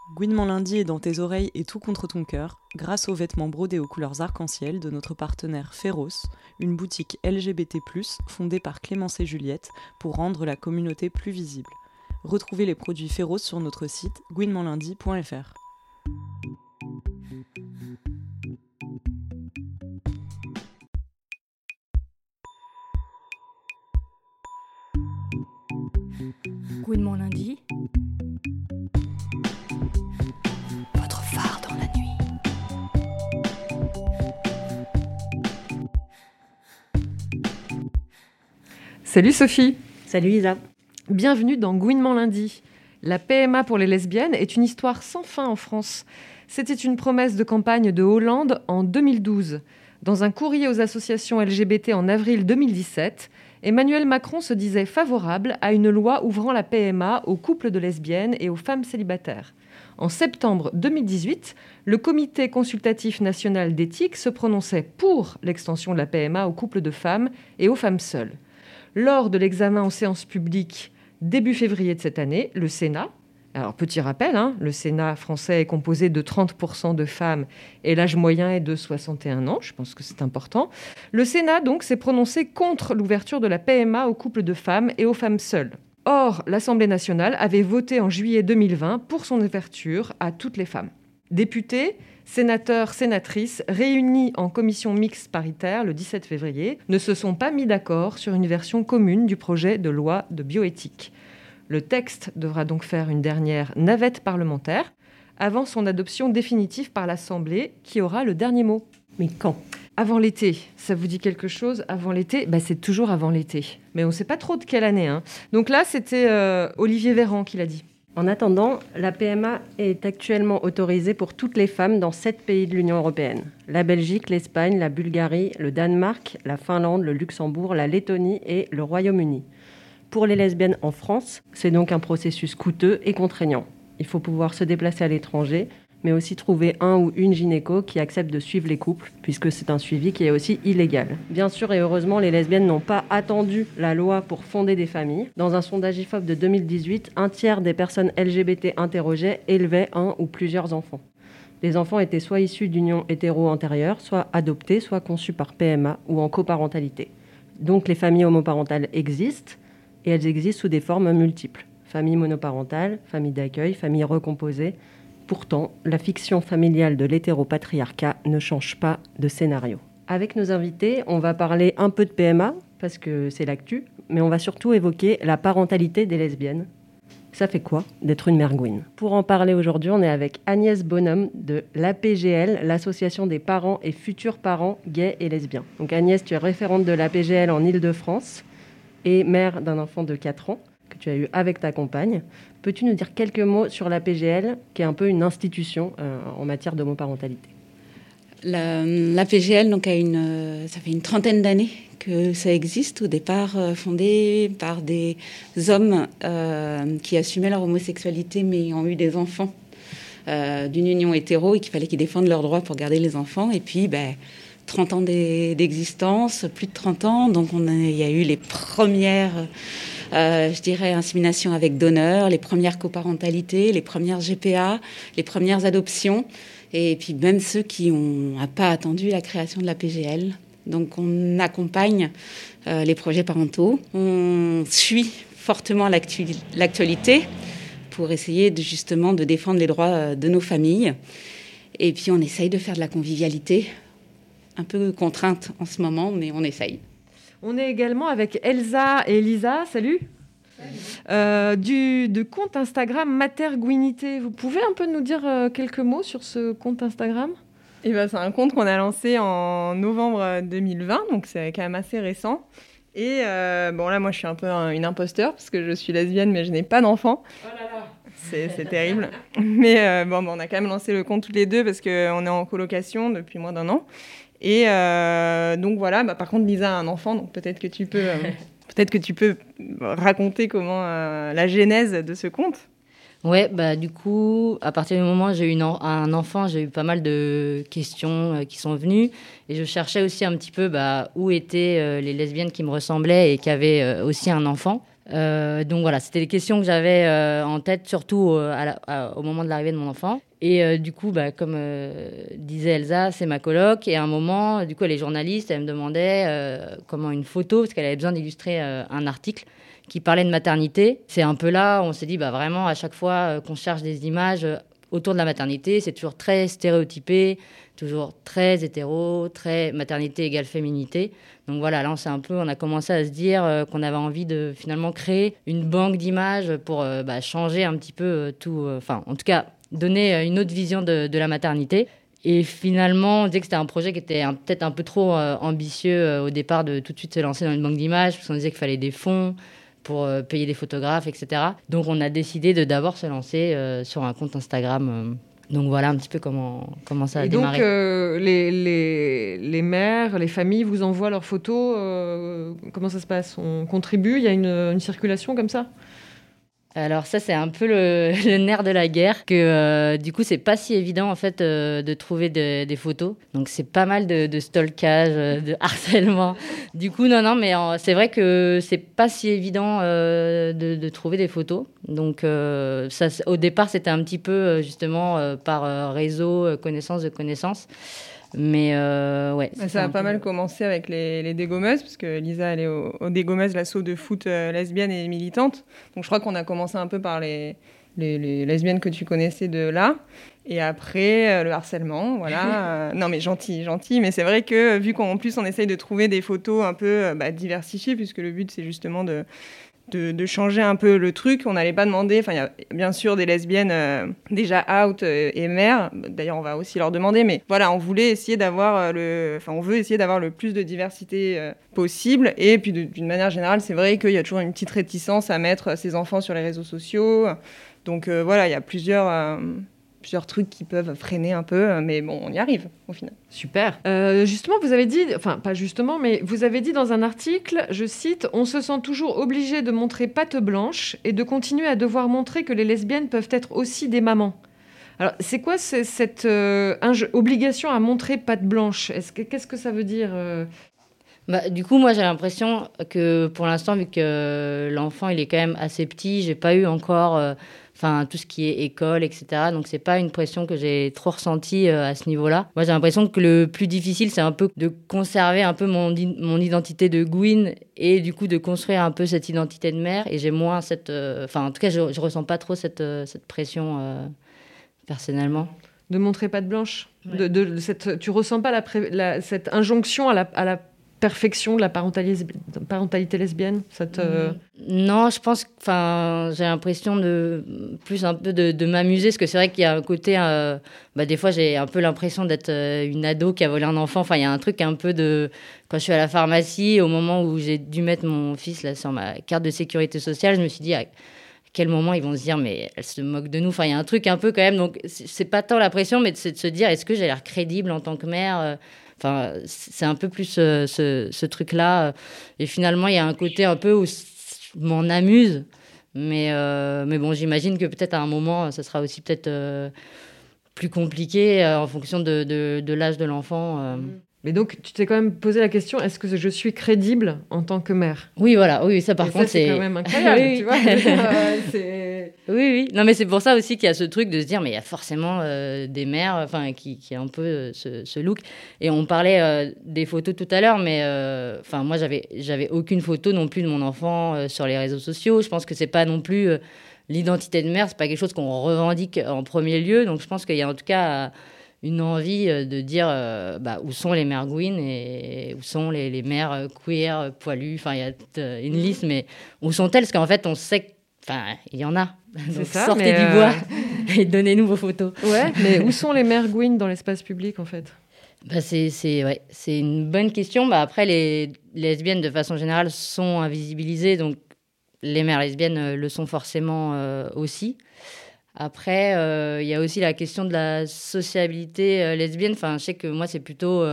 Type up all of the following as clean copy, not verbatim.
Gouinement lundi est dans tes oreilles et tout contre ton cœur, grâce aux vêtements brodés aux couleurs arc-en-ciel de notre partenaire Féroce, une boutique LGBT+, fondée par Clémence et Juliette pour rendre la communauté plus visible. Retrouvez les produits Féroce sur notre site gouinementlundi.fr. Gouinement lundi. Votre phare dans la nuit. Salut Sophie. Salut Isa. Bienvenue dans Gouinement lundi. La PMA pour les lesbiennes est une histoire sans fin en France. C'était une promesse de campagne de Hollande en 2012. Dans un courrier aux associations LGBT en avril 2017, Emmanuel Macron se disait favorable à une loi ouvrant la PMA aux couples de lesbiennes et aux femmes célibataires. En septembre 2018, le Comité consultatif national d'éthique se prononçait pour l'extension de la PMA aux couples de femmes et aux femmes seules. Lors de l'examen en séance publique début février de cette année, le Sénat, alors petit rappel, le Sénat français est composé de 30% de femmes et l'âge moyen est de 61 ans, je pense que c'est important. Le Sénat donc s'est prononcé contre l'ouverture de la PMA aux couples de femmes et aux femmes seules. Or, l'Assemblée nationale avait voté en juillet 2020 pour son ouverture à toutes les femmes. Députés, sénateurs, sénatrices, réunis en commission mixte paritaire le 17 février, ne se sont pas mis d'accord sur une version commune du projet de loi de bioéthique. Le texte devra donc faire une dernière navette parlementaire avant son adoption définitive par l'Assemblée, qui aura le dernier mot. Mais quand ? Avant l'été. Ça vous dit quelque chose ? Avant l'été ? C'est toujours avant l'été. Mais on ne sait pas trop de quelle année. Donc là, c'était Olivier Véran qui l'a dit. En attendant, la PMA est actuellement autorisée pour toutes les femmes dans 7 pays de l'Union européenne. La Belgique, l'Espagne, la Bulgarie, le Danemark, la Finlande, le Luxembourg, la Lettonie et le Royaume-Uni. Pour les lesbiennes en France, c'est donc un processus coûteux et contraignant. Il faut pouvoir se déplacer à l'étranger, mais aussi trouver un ou une gynéco qui accepte de suivre les couples, puisque c'est un suivi qui est aussi illégal. Bien sûr et heureusement, les lesbiennes n'ont pas attendu la loi pour fonder des familles. Dans un sondage IFOP de 2018, un tiers des personnes LGBT interrogées élevaient un ou plusieurs enfants. Les enfants étaient soit issus d'unions hétéro antérieures, soit adoptés, soit conçus par PMA ou en coparentalité. Donc les familles homoparentales existent, et elles existent sous des formes multiples. Famille monoparentale, famille d'accueil, famille recomposée. Pourtant, la fiction familiale de l'hétéropatriarcat ne change pas de scénario. Avec nos invités, on va parler un peu de PMA, parce que c'est l'actu, mais on va surtout évoquer la parentalité des lesbiennes. Ça fait quoi d'être une mère gouine ? Pour en parler aujourd'hui, on est avec Agnès Bonhomme de l'APGL, l'association des parents et futurs parents gays et lesbiens. Donc Agnès, tu es référente de l'APGL en Île-de-France et mère d'un enfant de 4 ans que tu as eu avec ta compagne. Peux-tu nous dire quelques mots sur l'APGL, qui est un peu une institution en matière d'homoparentalité ? L'APGL, donc, ça fait une trentaine d'années que ça existe, au départ fondé par des hommes qui assumaient leur homosexualité mais ont eu des enfants d'une union hétéro et qu'il fallait qu'ils défendent leurs droits pour garder les enfants. Et puis, 30 ans d'existence, plus de 30 ans, donc il y a eu les premières, inséminations avec donneur, les premières coparentalités, les premières GPA, les premières adoptions, et puis même ceux qui n'ont pas attendu la création de la PGL. Donc on accompagne les projets parentaux, on suit fortement l'actualité pour essayer justement de défendre les droits de nos familles, et puis on essaye de faire de la convivialité, un peu contrainte en ce moment, mais on essaye. On est également avec Elsa et Elisa. Salut. Du compte Instagram Materguinité. Vous pouvez un peu nous dire quelques mots sur ce compte Instagram ? C'est un compte qu'on a lancé en novembre 2020, donc c'est quand même assez récent. Et là, moi, je suis un peu une imposteur parce que je suis lesbienne, mais je n'ai pas d'enfant. Oh là là. C'est terrible. Mais on a quand même lancé le compte toutes les deux parce qu'on est en colocation depuis moins d'1 an. Et donc voilà, par contre, Lisa a un enfant, donc peut-être que tu peux raconter comment la genèse de ce compte. Ouais, du coup, à partir du moment où j'ai eu un enfant, j'ai eu pas mal de questions qui sont venues. Et je cherchais aussi un petit peu où étaient les lesbiennes qui me ressemblaient et qui avaient aussi un enfant. Donc voilà, c'était les questions que j'avais en tête, surtout au moment de l'arrivée de mon enfant. Et du coup, comme disait Elsa, c'est ma coloc. Et à un moment, du coup, elle est journaliste, elle me demandait comment une photo, parce qu'elle avait besoin d'illustrer un article qui parlait de maternité. C'est un peu là, on s'est dit, vraiment, à chaque fois qu'on cherche des images autour de la maternité, c'est toujours très stéréotypé, toujours très hétéro, très maternité égale féminité. Donc voilà, là, on a commencé à se dire qu'on avait envie de finalement créer une banque d'images pour changer un petit peu tout, en tout cas, donner une autre vision de la maternité. Et finalement, on disait que c'était un projet qui était peut-être un peu trop ambitieux au départ de tout de suite se lancer dans une banque d'images, parce qu'on disait qu'il fallait des fonds pour payer des photographes, etc. Donc on a décidé de d'abord se lancer sur un compte Instagram. Donc voilà un petit peu comment ça a démarré. Et donc les mères, les familles vous envoient leurs photos. Comment ça se passe? On contribue? Il y a une circulation comme ça? Alors ça, c'est un peu le nerf de la guerre, que du coup, c'est pas si évident en fait de trouver des photos. Donc c'est pas mal de stalkage, de harcèlement. Du coup, non, mais c'est vrai que c'est pas si évident de trouver des photos. Donc ça, au départ, c'était un petit peu justement par réseau, connaissance de connaissances. Mais ouais. Ça a pas mal commencé avec les dégommeuses, parce que Lisa, elle est au dégommeuses, l'asso de foot lesbienne et militante. Donc je crois qu'on a commencé un peu par les lesbiennes que tu connaissais de là. Et après, le harcèlement, voilà. Non, mais gentil. Mais c'est vrai que vu qu'en plus, on essaye de trouver des photos un peu diversifiées, puisque le but, c'est justement de changer un peu le truc. On n'allait pas demander, il y a bien sûr des lesbiennes déjà out et mères, d'ailleurs on va aussi leur demander, mais voilà, on voulait essayer d'avoir on veut essayer d'avoir le plus de diversité possible. Et puis d'une manière générale, c'est vrai qu'il y a toujours une petite réticence à mettre ses enfants sur les réseaux sociaux. Donc voilà, il y a plusieurs trucs qui peuvent freiner un peu, mais bon, on y arrive au final. Super. Justement, vous avez dit, enfin pas justement, mais vous avez dit dans un article, je cite, « On se sent toujours obligé de montrer patte blanche et de continuer à devoir montrer que les lesbiennes peuvent être aussi des mamans ». Alors, c'est quoi cette obligation à montrer patte blanche? Qu'est-ce que ça veut dire Du coup, moi, j'ai l'impression que pour l'instant, vu que l'enfant, il est quand même assez petit, j'ai pas eu encore tout ce qui est école, etc. Donc, c'est pas une pression que j'ai trop ressentie à ce niveau-là. Moi, j'ai l'impression que le plus difficile, c'est un peu de conserver un peu mon identité de Gwyn et du coup, de construire un peu cette identité de mère. Et j'ai moins cette... en tout cas, je ressens pas trop cette pression personnellement. De montrer patte blanche? Ouais. Tu ressens pas cette injonction à la perfection de la parentalité lesbienne? Non, je pense que j'ai l'impression plus un peu de m'amuser, parce que c'est vrai qu'il y a un côté, des fois j'ai un peu l'impression d'être une ado qui a volé un enfant. Il y a un truc un peu de... Quand je suis à la pharmacie, au moment où j'ai dû mettre mon fils là, sur ma carte de sécurité sociale, je me suis dit... à quel moment ils vont se dire mais elle se moque de nous, il y a un truc un peu quand même, donc c'est pas tant la pression, mais c'est de se dire est-ce que j'ai l'air crédible en tant que mère? C'est un peu plus ce truc-là. Et finalement, il y a un côté un peu où je m'en amuse. Mais bon, j'imagine que peut-être à un moment, ça sera aussi peut-être plus compliqué en fonction de l'âge de l'enfant. Mais donc, tu t'es quand même posé la question, est-ce que je suis crédible en tant que mère? Oui, voilà. Oui, ça par contre, c'est quand même incroyable, oui. Tu vois. Oui. Non, mais c'est pour ça aussi qu'il y a ce truc de se dire, mais il y a forcément des mères qui a un peu ce look. Et on parlait des photos tout à l'heure, mais moi, j'avais aucune photo non plus de mon enfant sur les réseaux sociaux. Je pense que c'est pas non plus l'identité de mère, c'est pas quelque chose qu'on revendique en premier lieu. Donc, je pense qu'il y a en tout cas une envie de dire où sont les mères Gwyn et où sont les mères queer, poilues. Il y a une liste, mais où sont-elles? Parce qu'en fait, on sait que il y en a. Donc, sortez du bois et donnez-nous vos photos. Ouais, mais où sont les mères Gwyn dans l'espace public, en fait? C'est une bonne question. Après, les lesbiennes, de façon générale, sont invisibilisées. Donc, les mères lesbiennes le sont forcément aussi. Après, il y a aussi la question de la sociabilité lesbienne. Je sais que moi, c'est plutôt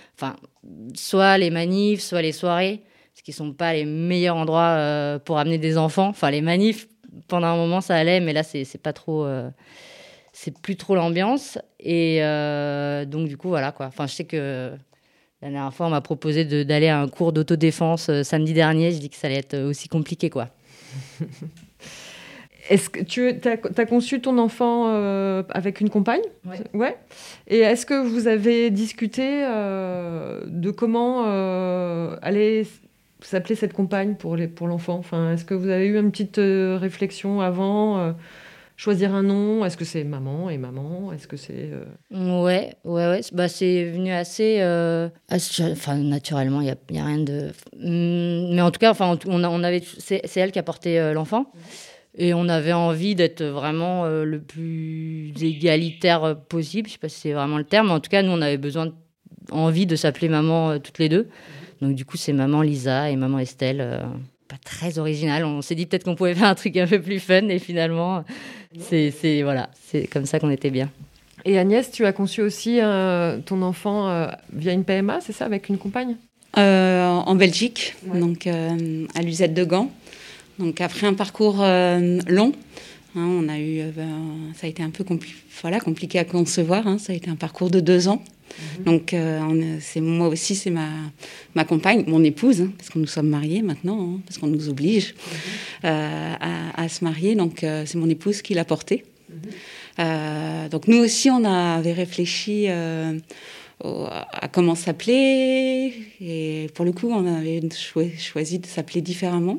soit les manifs, soit les soirées, ce qui ne sont pas les meilleurs endroits pour amener des enfants. Les manifs, pendant un moment, ça allait, mais là, c'est pas trop... c'est plus trop l'ambiance. Et donc, du coup, voilà, quoi. Je sais que la dernière fois, on m'a proposé d'aller à un cours d'autodéfense samedi dernier. Je dis que ça allait être aussi compliqué, quoi. Est-ce que tu as conçu ton enfant avec une compagne ? Ouais. Et est-ce que vous avez discuté de comment allait s'appeler cette compagne pour l'enfant ? Enfin, est-ce que vous avez eu une petite réflexion avant choisir un nom ? Est-ce que c'est maman et maman ? Est-ce que c'est... Ouais. Bah, c'est venu assez naturellement, il y a rien de... Mais en tout cas, on avait... c'est elle qui a porté l'enfant. Et on avait envie d'être vraiment le plus égalitaire possible. Je ne sais pas si c'est vraiment le terme, mais en tout cas, nous, on avait envie de s'appeler maman toutes les deux. Donc, du coup, c'est maman Lisa et maman Estelle. Pas très original. On s'est dit peut-être qu'on pouvait faire un truc un peu plus fun. Et finalement, c'est comme ça qu'on était bien. Et Agnès, tu as conçu aussi ton enfant via une PMA, c'est ça, avec une compagne ? En Belgique, donc à l'Uzette de Gand. Donc après un parcours long, on a eu, ça a été un peu compliqué à concevoir. Ça a été un parcours de 2 ans. Donc moi aussi, c'est ma compagne, mon épouse, parce que nous sommes mariés maintenant, parce qu'on nous oblige à se marier. Donc c'est mon épouse qui l'a porté. Donc nous aussi, on avait réfléchi à comment s'appeler. Et pour le coup, on avait choisi de s'appeler différemment.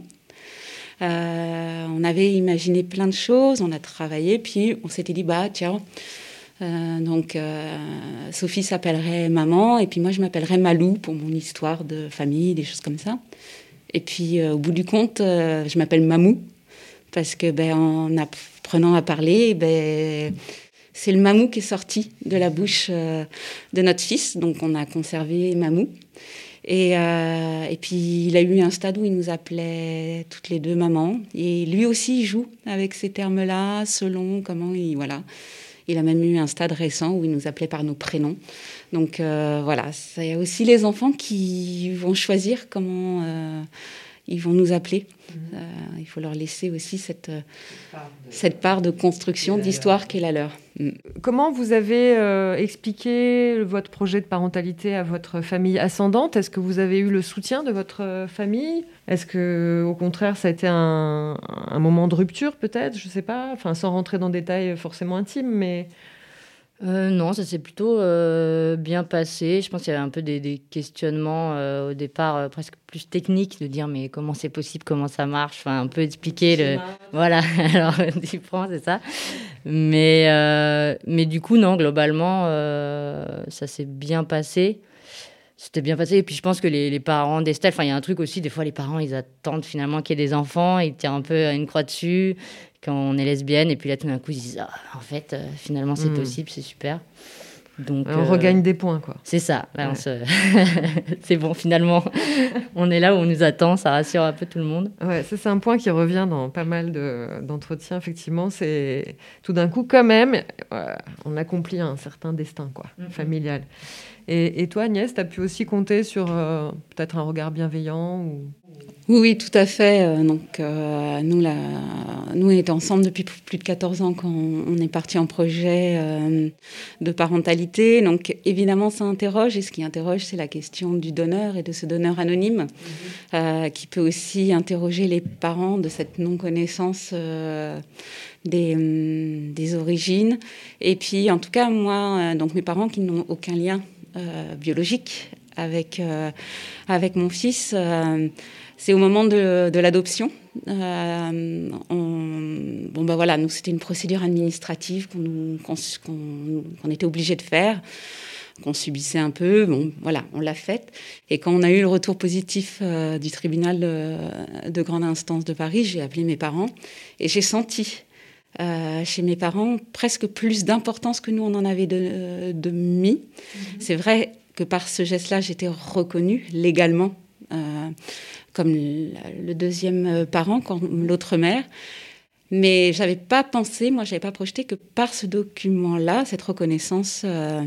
On avait imaginé plein de choses, on a travaillé, puis on s'était dit, tiens, Sophie s'appellerait Maman, et puis moi je m'appellerais Malou pour mon histoire de famille, des choses comme ça. Et puis au bout du compte, je m'appelle Mamou, parce que en apprenant à parler, c'est le Mamou qui est sorti de la bouche de notre fils, donc on a conservé Mamou. Et puis, il a eu un stade où il nous appelait toutes les deux maman. Et lui aussi, il joue avec ces termes-là, selon comment il... Voilà. Il a même eu un stade récent où il nous appelait par nos prénoms. Donc, voilà. Il y a aussi les enfants qui vont choisir comment ils vont nous appeler. Il faut leur laisser aussi cette part de construction, d'histoire qui est la leur. Comment vous avez expliqué votre projet de parentalité à votre famille ascendante ? Est-ce que vous avez eu le soutien de votre famille ? Est-ce que, au contraire, ça a été un moment de rupture, peut-être ? Je ne sais pas. Enfin, sans rentrer dans des détails forcément intimes, mais... Non, ça s'est plutôt bien passé. Je pense qu'il y avait un peu des questionnements au départ, presque plus techniques, de dire mais comment c'est possible, comment ça marche, enfin un peu expliquer voilà. Alors tu prends, c'est ça. Mais du coup non, globalement ça s'est bien passé. C'était bien passé. Et puis je pense que les parents d'Estelle, enfin il y a un truc aussi, des fois les parents ils attendent finalement qu'il y ait des enfants, ils tirent un peu une croix dessus quand on est lesbienne, et puis là tout d'un coup ils disent en fait finalement c'est possible, c'est super. Donc on regagne des points, quoi. C'est ça. Là, c'est bon, finalement on est là où on nous attend, ça rassure un peu tout le monde. Ouais, ça c'est un point qui revient dans pas mal d'entretiens, effectivement. C'est tout d'un coup quand même on accomplit un certain destin, quoi, familial. Et toi, Agnès, tu as pu aussi compter sur peut-être un regard bienveillant ou... Oui, tout à fait. Donc, nous, on était ensemble depuis plus de 14 ans quand on est parti en projet de parentalité. Donc, évidemment, ça interroge. Et ce qui interroge, c'est la question du donneur et de ce donneur anonyme qui peut aussi interroger les parents de cette non-connaissance des origines. Et puis, en tout cas, moi, donc mes parents qui n'ont aucun lien biologique avec mon fils... c'est au moment de l'adoption. Voilà, nous, c'était une procédure administrative qu'on était obligé de faire, qu'on subissait un peu. Bon, voilà, on l'a faite. Et quand on a eu le retour positif du tribunal de grande instance de Paris, j'ai appelé mes parents et j'ai senti chez mes parents presque plus d'importance que nous, on en avait de mis. C'est vrai que par ce geste-là, j'étais reconnue légalement comme le deuxième parent, comme l'autre mère. Mais j'avais pas pensé, moi, j'avais pas projeté que par ce document-là, cette reconnaissance,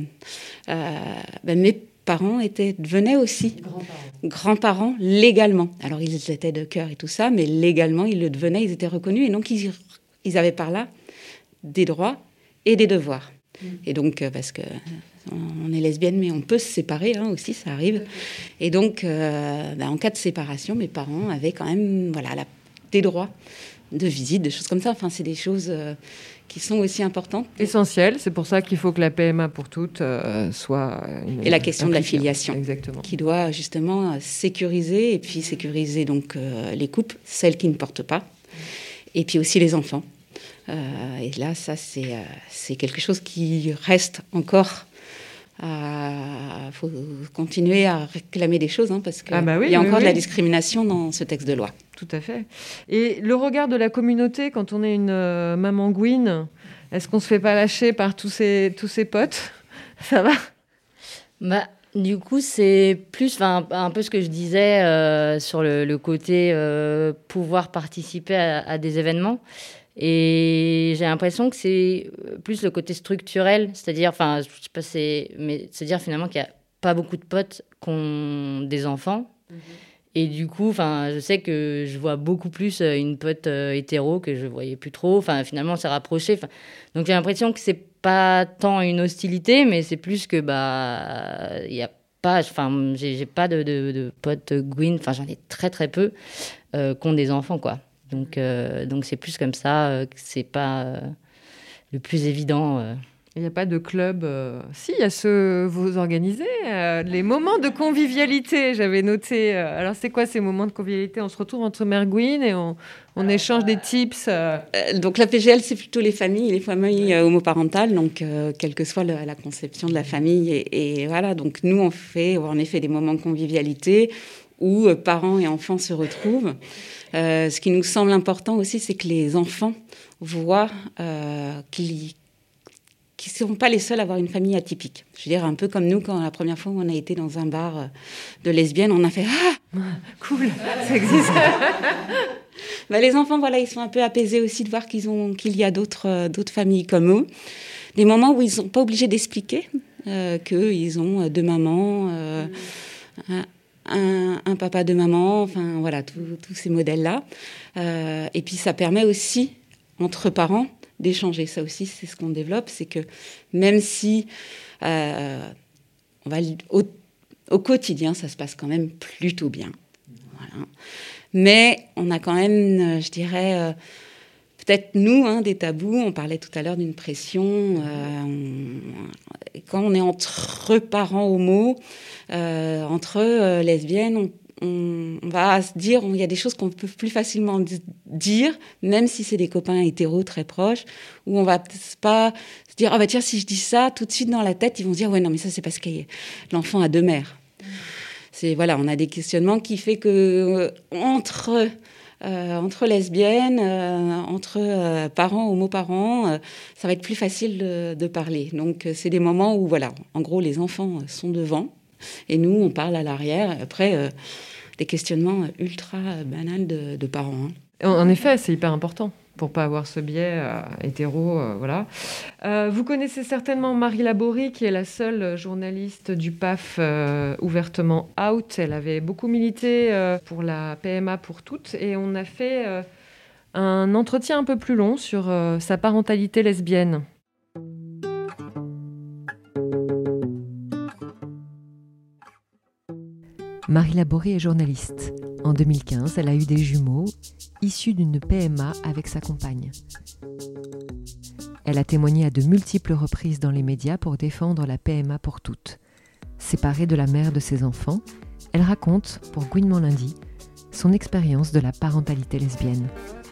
mes parents devenaient aussi grands-parents légalement. Alors, ils étaient de cœur et tout ça, mais légalement, ils le devenaient, ils étaient reconnus. Et donc, ils avaient par là des droits et des devoirs. Et donc, parce que on est lesbienne, mais on peut se séparer aussi, ça arrive. Et donc, en cas de séparation, mes parents avaient quand même des droits de visite, des choses comme ça. Enfin, c'est des choses qui sont aussi importantes. Essentiel, c'est pour ça qu'il faut que la PMA pour toutes soit... Et la question de la filiation, exactement, qui doit justement sécuriser, et puis sécuriser donc les couples, celles qui ne portent pas, et puis aussi les enfants. Et là, ça, c'est quelque chose qui reste encore... faut continuer à réclamer des choses, parce qu'il y a encore de la discrimination dans ce texte de loi. Tout à fait. Et le regard de la communauté, quand on est une maman Gwyn, est-ce qu'on se fait pas lâcher par tous ses potes? Ça va? Du coup, c'est plus un peu ce que je disais sur le côté pouvoir participer à des événements. Et j'ai l'impression que c'est plus le côté structurel, c'est-à-dire, je sais pas, c'est-à-dire finalement qu'il n'y a pas beaucoup de potes qui ont des enfants. Et du coup, je sais que je vois beaucoup plus une pote hétéro que je voyais plus trop. Finalement, on s'est rapprochés. Donc j'ai l'impression que c'est pas tant une hostilité, mais c'est plus que il y a pas. J'ai pas de potes Gwyn. J'en ai très très peu qui ont des enfants, quoi. Donc c'est plus comme ça que c'est pas le plus évident. Il n'y a pas de club. Si, il y a ceux vous organisez les moments de convivialité. J'avais noté. Alors c'est quoi ces moments de convivialité? On se retrouve entre mères Gwyn et on échange des tips. Donc la PGL, c'est plutôt les familles homoparentales. Donc quelle que soit la conception de la famille, et voilà. Donc nous on fait en effet des moments de convivialité où parents et enfants se retrouvent. Ce qui nous semble important aussi, c'est que les enfants voient qu'ils ne sont pas les seuls à avoir une famille atypique. Je veux dire, un peu comme nous, quand la première fois où on a été dans un bar de lesbiennes, on a fait « Ah, cool, ça existe !» Les enfants, ils sont un peu apaisés aussi de voir qu'il y a d'autres familles comme eux. Des moments où ils ne sont pas obligés d'expliquer qu'ils ont deux mamans, un papa, deux mamans, tous ces modèles-là. Et puis, ça permet aussi, entre parents, d'échanger. Ça aussi, c'est ce qu'on développe, c'est que même si au quotidien, ça se passe quand même plutôt bien. Voilà. Mais on a quand même, je dirais, peut-être nous, des tabous. On parlait tout à l'heure d'une pression. Quand on est entre parents homo, entre lesbiennes, on va se dire, il y a des choses qu'on peut plus facilement dire, même si c'est des copains hétéros très proches, où on va pas se dire, tiens, si je dis ça, tout de suite dans la tête, ils vont se dire, ouais, non, mais ça, c'est parce que l'enfant a deux mères. On a des questionnements qui fait que entre lesbiennes, entre parents, homoparents, ça va être plus facile de parler. Donc, c'est des moments où, en gros, les enfants sont devant, et nous, on parle à l'arrière. Après, des questionnements ultra banals de parents. En effet, c'est hyper important pour pas avoir ce biais hétéro. Voilà. Vous connaissez certainement Marie Laborie, qui est la seule journaliste du PAF ouvertement out. Elle avait beaucoup milité pour la PMA pour toutes, et on a fait un entretien un peu plus long sur sa parentalité lesbienne. Marie Laborie est journaliste. En 2015, elle a eu des jumeaux issus d'une PMA avec sa compagne. Elle a témoigné à de multiples reprises dans les médias pour défendre la PMA pour toutes. Séparée de la mère de ses enfants, elle raconte, pour Gouinement Lundi, son expérience de la parentalité lesbienne.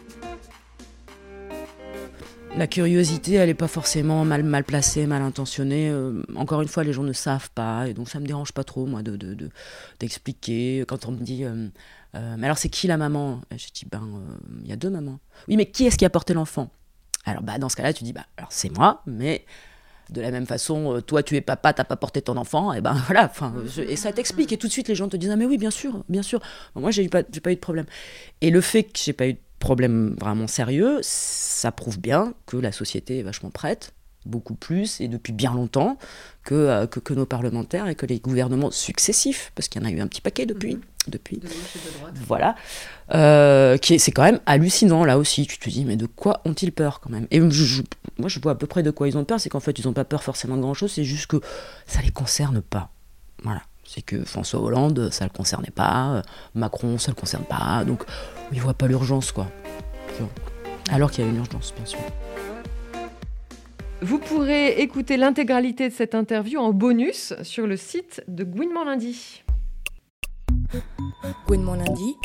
La curiosité, elle n'est pas forcément mal placée, mal intentionnée. Encore une fois, les gens ne savent pas, et donc ça me dérange pas trop, moi, d'expliquer. Quand on me dit, mais alors c'est qui la maman? Je dis, il y a deux mamans. Oui, mais qui est-ce qui a porté l'enfant? Alors, dans ce cas-là, tu dis, alors c'est moi, mais de la même façon, toi, tu es papa, t'as pas porté ton enfant, et voilà. Et ça t'explique, et tout de suite, les gens te disent, ah mais oui, bien sûr. Moi, j'ai pas eu de problème. Et le fait que j'ai pas eu de problème vraiment sérieux, ça prouve bien que la société est vachement prête, beaucoup plus et depuis bien longtemps que nos parlementaires et que les gouvernements successifs, parce qu'il y en a eu un petit paquet depuis. De gauche et de droite. Voilà. C'est quand même hallucinant là aussi. Tu te dis, mais de quoi ont-ils peur quand même? Et moi, je vois à peu près de quoi ils ont peur. C'est qu'en fait, ils n'ont pas peur forcément de grand-chose. C'est juste que ça ne les concerne pas. Voilà. C'est que François Hollande, ça le concernait pas, Macron, ça le concerne pas, donc il voit pas l'urgence, quoi. Alors qu'il y a une urgence, bien sûr. Vous pourrez écouter l'intégralité de cette interview en bonus sur le site de Gouinement Lundi. Gouinement Lundi.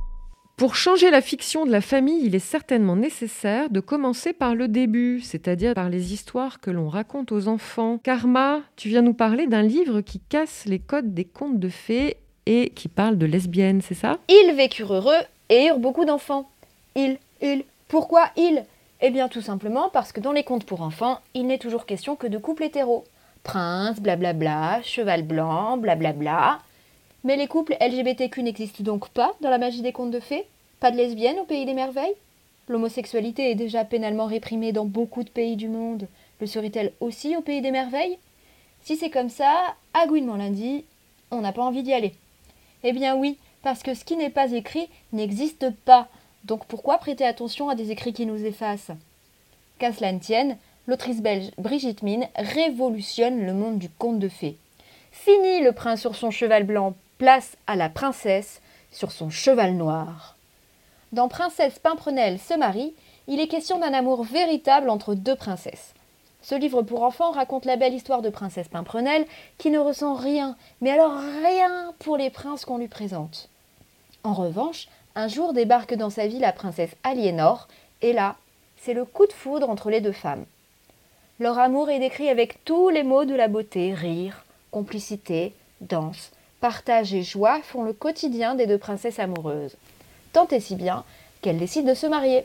Pour changer la fiction de la famille, il est certainement nécessaire de commencer par le début, c'est-à-dire par les histoires que l'on raconte aux enfants. Karma, tu viens nous parler d'un livre qui casse les codes des contes de fées et qui parle de lesbiennes, c'est ça ? Ils vécurent heureux et eurent beaucoup d'enfants. Ils. Pourquoi ils ? Eh bien tout simplement parce que dans les contes pour enfants, il n'est toujours question que de couples hétéros. Prince, blablabla, cheval blanc, blablabla. Mais les couples LGBTQ n'existent donc pas dans la magie des contes de fées ? Pas de lesbiennes au pays des merveilles ? L'homosexualité est déjà pénalement réprimée dans beaucoup de pays du monde. Le serait-elle aussi au pays des merveilles ? Si c'est comme ça, à Gouinement Lundi, on n'a pas envie d'y aller. Eh bien oui, parce que ce qui n'est pas écrit n'existe pas. Donc pourquoi prêter attention à des écrits qui nous effacent ? Qu'à cela ne tienne, l'autrice belge Brigitte Mine révolutionne le monde du conte de fées. Fini le prince sur son cheval blanc, place à la princesse sur son cheval noir. Dans Princesse Pimprenelle se marie, il est question d'un amour véritable entre deux princesses. Ce livre pour enfants raconte la belle histoire de Princesse Pimprenelle qui ne ressent rien, mais alors rien pour les princes qu'on lui présente. En revanche, un jour débarque dans sa vie la princesse Aliénor, et là, c'est le coup de foudre entre les deux femmes. Leur amour est décrit avec tous les mots de la beauté, rire, complicité, danse, partage et joie font le quotidien des deux princesses amoureuses. Tant et si bien qu'elles décident de se marier.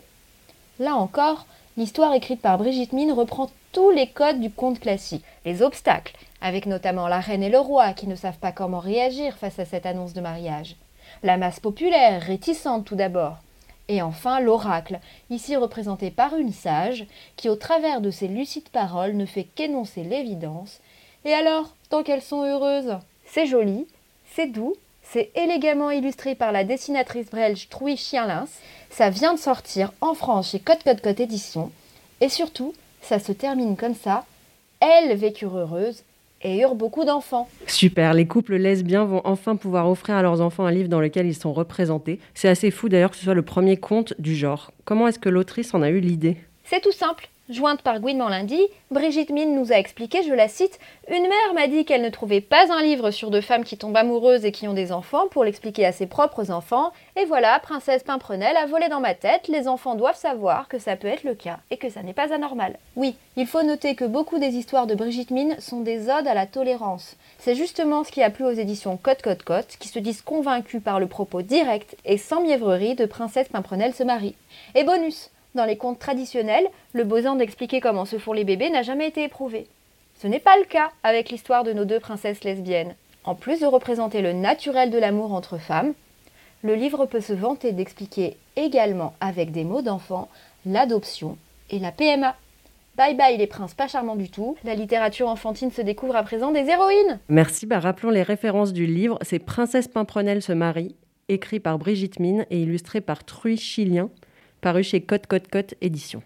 Là encore, l'histoire écrite par Brigitte Mine reprend tous les codes du conte classique. Les obstacles, avec notamment la reine et le roi qui ne savent pas comment réagir face à cette annonce de mariage. La masse populaire, réticente tout d'abord. Et enfin l'oracle, ici représenté par une sage, qui au travers de ses lucides paroles ne fait qu'énoncer l'évidence. Et alors, tant qu'elles sont heureuses ? C'est joli, c'est doux, c'est élégamment illustré par la dessinatrice belge Truy Chienlins. Ça vient de sortir en France chez Cote Éditions. Et surtout, ça se termine comme ça. Elles vécurent heureuses et eurent beaucoup d'enfants. Super, les couples lesbiens vont enfin pouvoir offrir à leurs enfants un livre dans lequel ils sont représentés. C'est assez fou d'ailleurs que ce soit le premier conte du genre. Comment est-ce que l'autrice en a eu l'idée ? C'est tout simple. Jointe par Gouinement Lundi, Brigitte Mine nous a expliqué, je la cite, « Une mère m'a dit qu'elle ne trouvait pas un livre sur deux femmes qui tombent amoureuses et qui ont des enfants pour l'expliquer à ses propres enfants. Et voilà, Princesse Pimprenelle a volé dans ma tête, les enfants doivent savoir que ça peut être le cas et que ça n'est pas anormal. » Oui, il faut noter que beaucoup des histoires de Brigitte Mine sont des odes à la tolérance. C'est justement ce qui a plu aux éditions Cote, qui se disent convaincus par le propos direct et sans mièvrerie de Princesse Pimprenelle se marie. Et bonus, dans les contes traditionnels, le besoin d'expliquer comment se font les bébés n'a jamais été éprouvé. Ce n'est pas le cas avec l'histoire de nos deux princesses lesbiennes. En plus de représenter le naturel de l'amour entre femmes, le livre peut se vanter d'expliquer également avec des mots d'enfant l'adoption et la PMA. Bye bye les princes pas charmants du tout, la littérature enfantine se découvre à présent des héroïnes. Merci, rappelons les références du livre. C'est Princesse Pimprenelle se marie, écrit par Brigitte Mine et illustré par Truy Chienlins, paru chez Cote Éditions.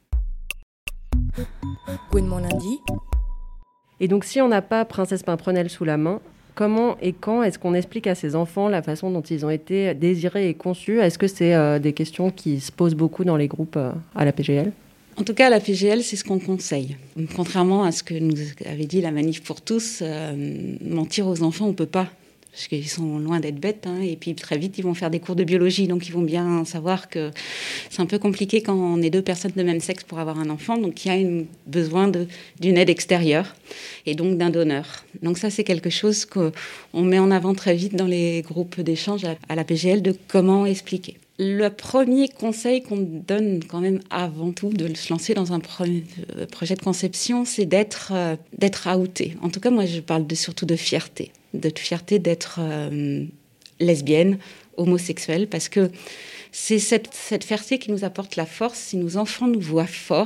Gouinement Lundi. Et donc, si on n'a pas Princesse Pimprenelle sous la main, comment et quand est-ce qu'on explique à ces enfants la façon dont ils ont été désirés et conçus ? Est-ce que c'est des questions qui se posent beaucoup dans les groupes à la PGL ? En tout cas, à la PGL, c'est ce qu'on conseille. Contrairement à ce que nous avait dit la Manif pour tous, mentir aux enfants, on ne peut pas. Parce qu'ils sont loin d'être bêtes, et puis très vite, ils vont faire des cours de biologie, donc ils vont bien savoir que c'est un peu compliqué quand on est deux personnes de même sexe pour avoir un enfant, donc il y a besoin d'une aide extérieure, et donc d'un donneur. Donc ça, c'est quelque chose qu'on met en avant très vite dans les groupes d'échange à la PGL, de comment expliquer. Le premier conseil qu'on donne quand même avant tout de se lancer dans un projet de conception, c'est d'être outé. En tout cas, moi, je parle surtout de fierté d'être lesbienne, homosexuelle, parce que c'est cette fierté qui nous apporte la force. Si nos enfants nous voient forts,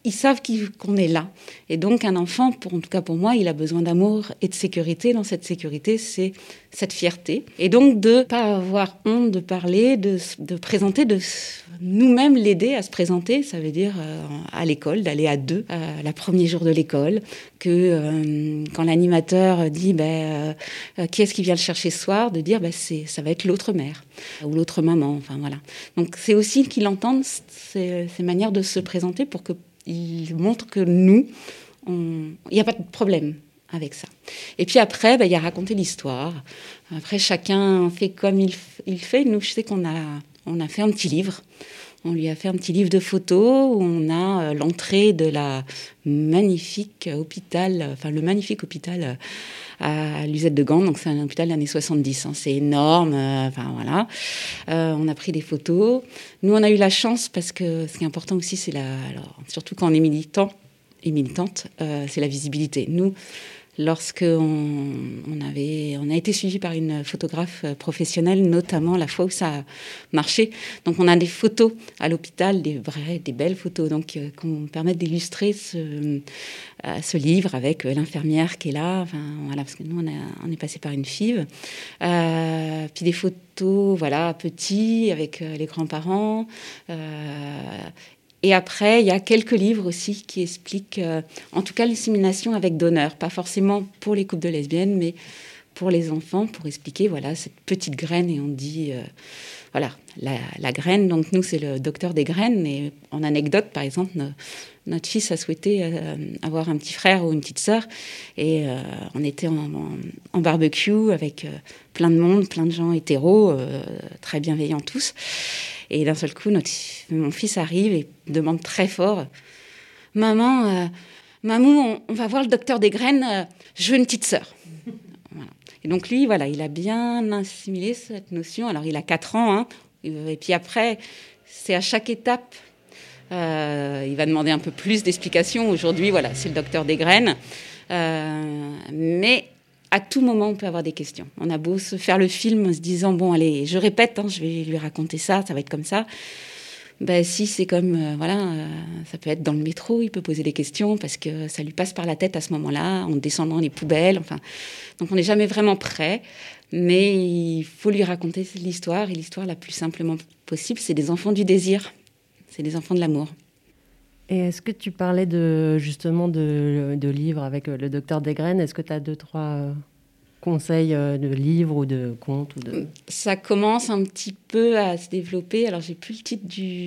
ils savent qu'on est là. Et donc, un enfant, en tout cas pour moi, il a besoin d'amour et de sécurité. Dans cette sécurité, c'est cette fierté. Et donc, de ne pas avoir honte de parler, de présenter, de nous-mêmes l'aider à se présenter. Ça veut dire à l'école, d'aller à deux, le premier jour de l'école, que quand l'animateur dit qui est-ce qui vient le chercher ce soir, de dire ça va être l'autre mère ou l'autre maman. Enfin, voilà. Donc, c'est aussi qu'ils entendent ces manières de se présenter pour que il montre que nous, il n'y a pas de problème avec ça. Et puis après, il y a raconter l'histoire. Après, chacun fait comme il fait. Nous, je sais qu'on a fait un petit livre. On lui a fait un petit livre de photos où on a l'entrée de la magnifique hôpital, le magnifique hôpital à Luzette de Gand. Donc, c'est un hôpital des années 70. C'est énorme. Voilà. On a pris des photos. Nous, on a eu la chance parce que ce qui est important aussi, c'est surtout quand on est militant et militante, c'est la visibilité. Nous, lorsque on a été suivi par une photographe professionnelle, notamment la fois où ça a marché. Donc, on a des photos à l'hôpital, des belles photos, donc qui nous permettent d'illustrer ce livre avec l'infirmière qui est là. Enfin, voilà, parce que nous, on est passé par une FIV. Puis des photos, voilà, petits avec les grands-parents. Et après, il y a quelques livres aussi qui expliquent, en tout cas, l'insémination avec donneur. Pas forcément pour les couples de lesbiennes, mais pour les enfants, pour expliquer, voilà, cette petite graine. Et on dit, voilà, la graine. Donc, nous, c'est le docteur des graines. Et en anecdote, par exemple, notre fils a souhaité avoir un petit frère ou une petite sœur. Et on était en barbecue avec plein de monde, plein de gens hétéros, très bienveillants tous. Et d'un seul coup, mon fils arrive et demande très fort « Maman, Mamou, on va voir le docteur des graines, je veux une petite sœur. » Voilà. Et donc lui, voilà, il a bien assimilé cette notion. Alors, il a 4 ans. Hein, et puis après, c'est à chaque étape, il va demander un peu plus d'explications. Aujourd'hui, voilà, c'est le docteur des graines. Mais à tout moment, on peut avoir des questions. On a beau se faire le film en se disant, bon, allez, je répète, je vais lui raconter ça va être comme ça. Si c'est comme, ça peut être dans le métro, il peut poser des questions parce que ça lui passe par la tête à ce moment-là, en descendant les poubelles. Enfin, donc, on n'est jamais vraiment prêt, mais il faut lui raconter l'histoire. Et l'histoire la plus simplement possible, c'est des enfants du désir. C'est des enfants de l'amour. Et est-ce que tu parlais justement de livres avec le docteur des graines? Est-ce que tu as 2-3 conseils de livres ou de contes Ça commence un petit peu à se développer. Alors, j'ai plus le titre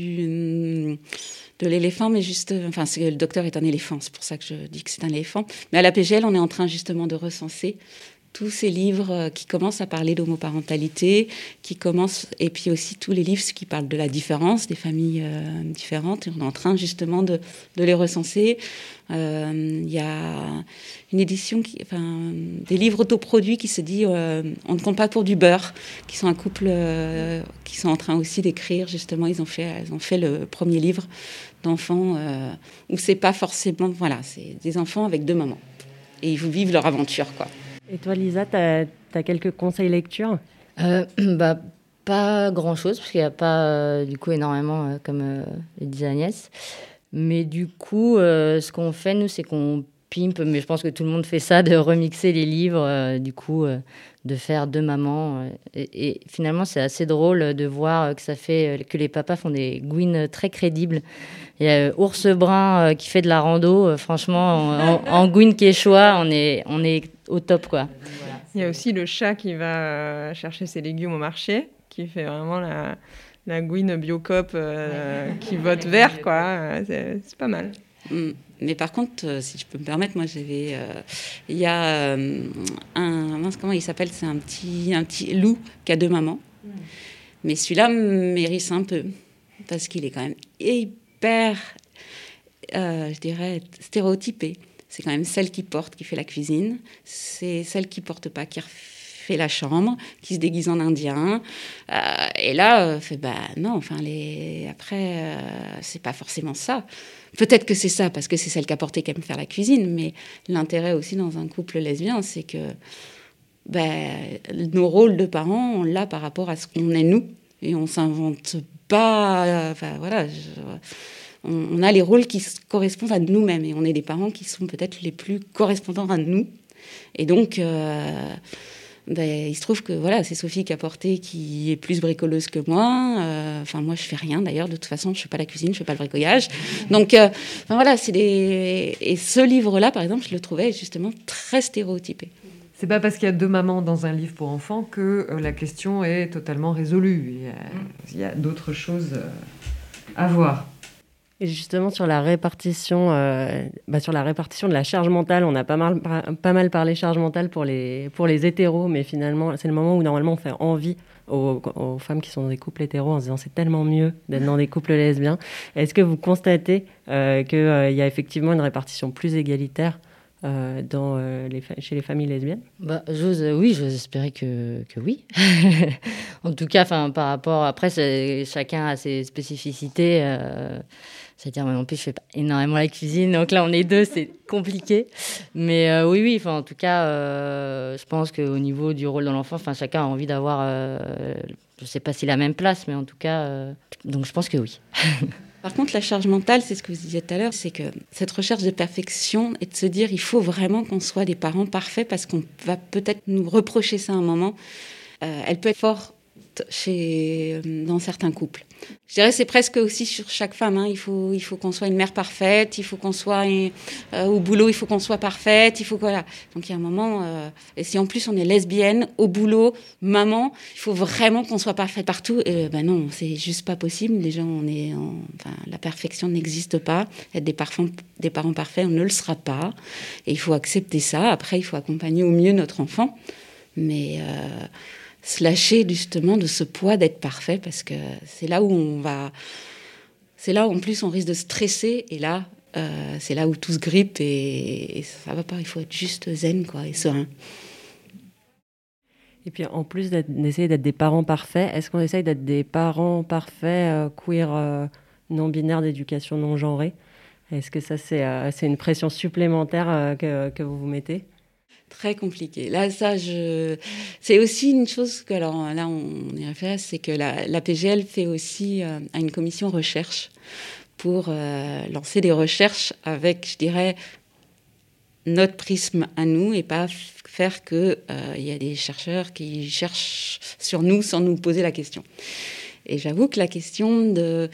de l'éléphant, mais le docteur est un éléphant. C'est pour ça que je dis que c'est un éléphant. Mais à la PGL, on est en train justement de recenser tous ces livres qui commencent à parler d'homoparentalité, et puis aussi tous les livres qui parlent de la différence, des familles différentes. Et on est en train justement de les recenser. Il y a une édition, des livres autoproduits qui se dit on ne compte pas pour du beurre, qui sont un couple qui sont en train aussi d'écrire. Justement, ils ont fait le premier livre d'enfants où c'est pas forcément, c'est des enfants avec 2 mamans. Et ils vivent leur aventure, quoi. Et toi, Lisa, tu as quelques conseils lecture? Pas grand-chose, parce qu'il n'y a pas du coup énormément, comme le disait Agnès. Mais du coup, ce qu'on fait, nous, c'est qu'on pimpe, mais je pense que tout le monde fait ça, de remixer les livres, de faire 2 mamans. Et finalement, c'est assez drôle de voir que ça fait que les papas font des gouines très crédibles. Il y a Ours Brun qui fait de la rando. Franchement, en gouine quechua, on est au top, quoi. Voilà. Il y a aussi le chat qui va chercher ses légumes au marché, qui fait vraiment la gouine Biocop qui vote vert, quoi. C'est pas mal. Mais par contre, si je peux me permettre, moi il y a comment il s'appelle, c'est un petit loup qui a 2 mamans. Mais celui-là mérite un peu parce qu'il est quand même hyper, je dirais, stéréotypé. C'est quand même celle qui porte, qui fait la cuisine. C'est celle qui porte pas, qui fait la chambre, qui se déguise en indien. Et là, non, après, c'est pas forcément ça. Peut-être que c'est ça, parce que c'est celle qui a porté qui aime faire la cuisine, mais l'intérêt aussi dans un couple lesbien, c'est que nos rôles de parents, on l'a par rapport à ce qu'on est nous, et on s'invente pas. on a les rôles qui correspondent à nous-mêmes. Et on est des parents qui sont peut-être les plus correspondants à nous. Et donc, il se trouve que voilà, c'est Sophie qui est plus bricoleuse que moi. Enfin, moi, je fais rien d'ailleurs. De toute façon, je fais pas la cuisine, je fais pas le bricolage. Donc, voilà, Et ce livre-là, par exemple, je le trouvais justement très stéréotypé. C'est pas parce qu'il y a 2 mamans dans un livre pour enfants que la question est totalement résolue. Il y a d'autres choses à voir. Et justement, sur la répartition de la charge mentale, on a pas mal parlé charge mentale pour les hétéros, mais finalement, c'est le moment où normalement on fait envie aux femmes qui sont dans des couples hétéros en se disant c'est tellement mieux d'être dans des couples lesbiens. Est-ce que vous constatez qu'il y a effectivement une répartition plus égalitaire chez les familles lesbiennes? J'ose espérer que oui. En tout cas, par rapport... Après, chacun a ses spécificités. C'est-à-dire, moi non plus, je fais pas énormément la cuisine. Donc là, on est 2, c'est compliqué. Mais oui. En tout cas, je pense qu'au niveau du rôle dans l'enfant, chacun a envie d'avoir... je sais pas si la même place, mais en tout cas... donc je pense que oui. Par contre, la charge mentale, c'est ce que vous disiez tout à l'heure, c'est que cette recherche de perfection et de se dire il faut vraiment qu'on soit des parents parfaits parce qu'on va peut-être nous reprocher ça à un moment, elle peut être forte dans certains couples. Je dirais c'est presque aussi sur chaque femme. Il faut qu'on soit une mère parfaite, il faut qu'on soit au boulot, il faut qu'on soit parfaite, voilà. Donc il y a un moment, et si en plus on est lesbienne, au boulot, maman, il faut vraiment qu'on soit parfaite partout. Non, c'est juste pas possible. Déjà, la perfection n'existe pas. Être des parents parfaits, on ne le sera pas. Et il faut accepter ça. Après, il faut accompagner au mieux notre enfant. Mais se lâcher justement de ce poids d'être parfait, parce que c'est là où en plus on risque de stresser, et là c'est là où tout se grippe et ça va pas. Il faut être juste zen et serein. Et puis en plus d'essayer d'être des parents parfaits, est-ce qu'on essaye d'être des parents parfaits queer non binaires d'éducation non genrée? Est-ce que ça c'est une pression supplémentaire que vous vous mettez? Très compliqué. Là, c'est aussi une chose que, alors là, on y réfère, c'est que la PGL fait aussi à une commission recherche pour lancer des recherches avec, je dirais, notre prisme à nous et pas faire que y a des chercheurs qui cherchent sur nous sans nous poser la question. Et j'avoue que la question de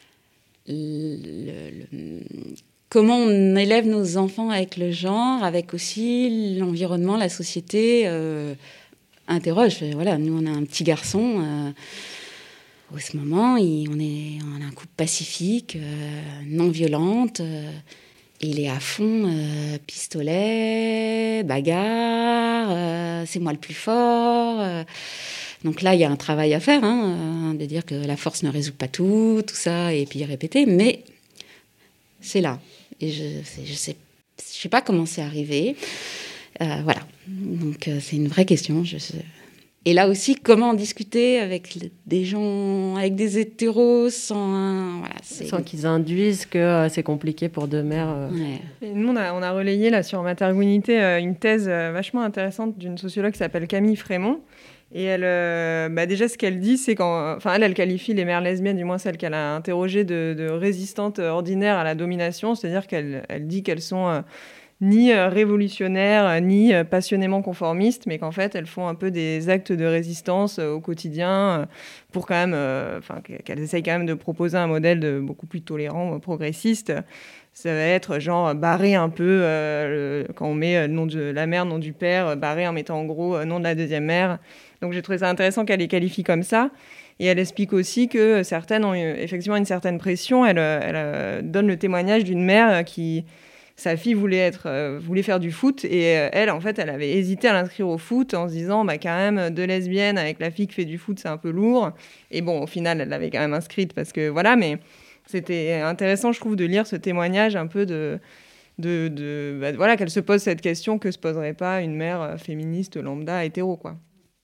comment on élève nos enfants avec le genre, avec aussi l'environnement, la société, interroge. Voilà, nous, on a un petit garçon. En ce moment, on a un couple pacifique, non violente. Il est à fond, pistolet, bagarre, c'est moi le plus fort. Donc là, il y a un travail à faire, de dire que la force ne résout pas tout ça, et puis répéter. Mais c'est là. Et je sais pas comment c'est arrivé. Voilà. Donc, c'est une vraie question. Et là aussi, comment discuter avec des gens, avec des hétéros sans qu'ils induisent que c'est compliqué pour 2 mères. Ouais. Et nous, on a relayé là, sur Matergunité une thèse vachement intéressante d'une sociologue qui s'appelle Camille Frémont. Et elle, déjà, ce qu'elle dit, c'est elle qualifie les mères lesbiennes, du moins celles qu'elle a interrogées, de résistantes ordinaires à la domination. C'est-à-dire qu'elle dit qu'elles sont ni révolutionnaires, ni passionnément conformistes, mais qu'en fait, elles font un peu des actes de résistance au quotidien pour quand même, qu'elles essayent quand même de proposer un modèle beaucoup plus tolérant, progressiste. Ça va être genre barrer un peu, quand on met le nom de la mère, nom du père, barrer en mettant en gros nom de la deuxième mère. Donc j'ai trouvé ça intéressant qu'elle les qualifie comme ça. Et elle explique aussi que certaines ont effectivement une certaine pression. Elle donne le témoignage d'une mère qui... Sa fille voulait faire du foot et elle, en fait, elle avait hésité à l'inscrire au foot en se disant quand même 2 lesbiennes avec la fille qui fait du foot, c'est un peu lourd. Et bon, au final, elle l'avait quand même inscrite parce que voilà, mais c'était intéressant, je trouve, de lire ce témoignage un peu qu'elle se pose cette question que se poserait pas une mère féministe lambda hétéro, quoi.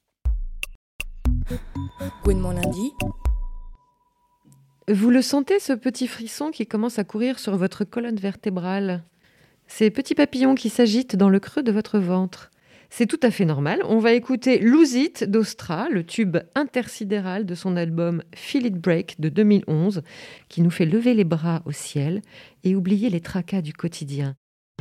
Gouinement lundi. Vous le sentez, ce petit frisson qui commence à courir sur votre colonne vertébrale? Ces petits papillons qui s'agitent dans le creux de votre ventre. C'est tout à fait normal. On va écouter Lose It d'Austra, le tube intersidéral de son album Feel It Break de 2011, qui nous fait lever les bras au ciel et oublier les tracas du quotidien.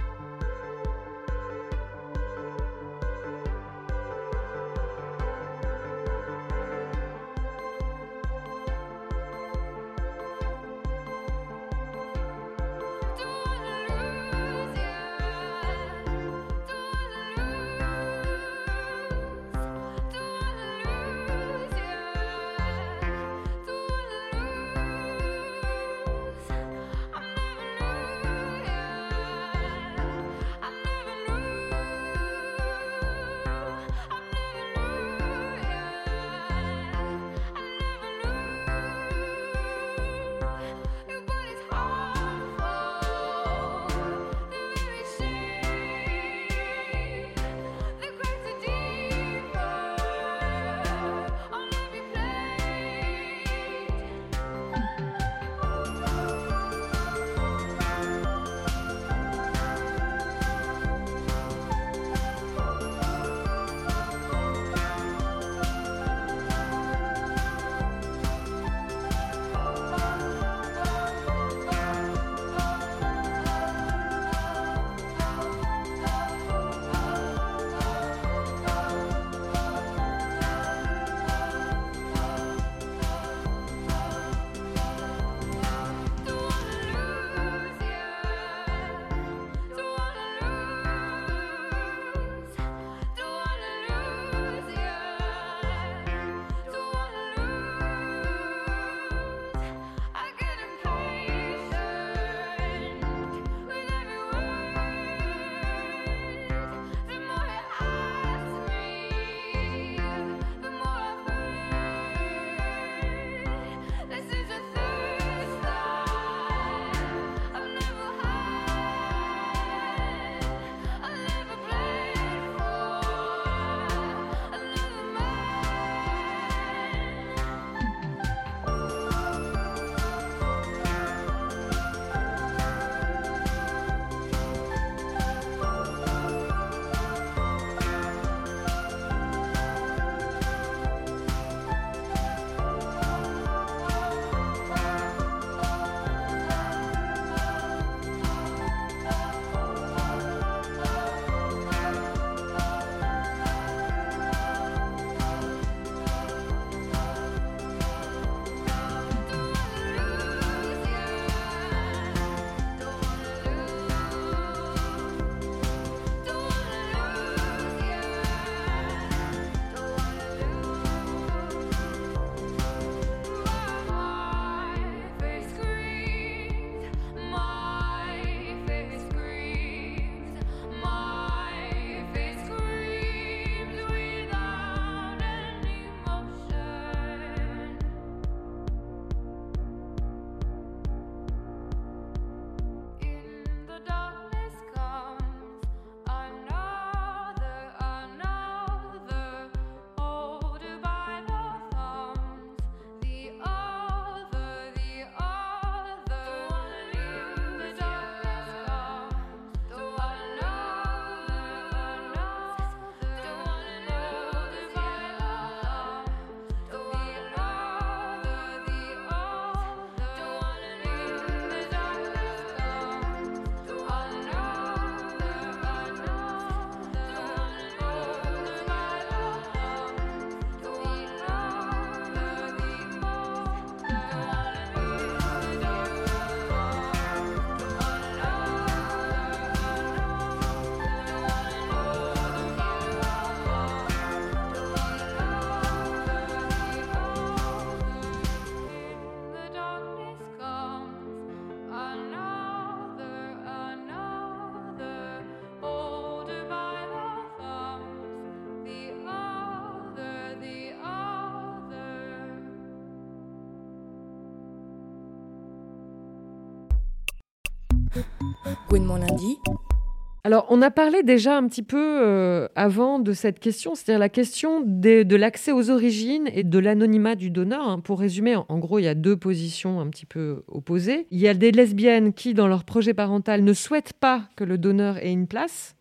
Gwen mon lundi. Alors, on a parlé déjà un petit peu avant de cette question, c'est-à-dire la question de l'accès aux origines et de l'anonymat du donneur. Pour résumer, en gros, il y a deux positions un petit peu opposées. Il y a des lesbiennes qui, dans leur projet parental, ne souhaitent pas que le donneur ait une place.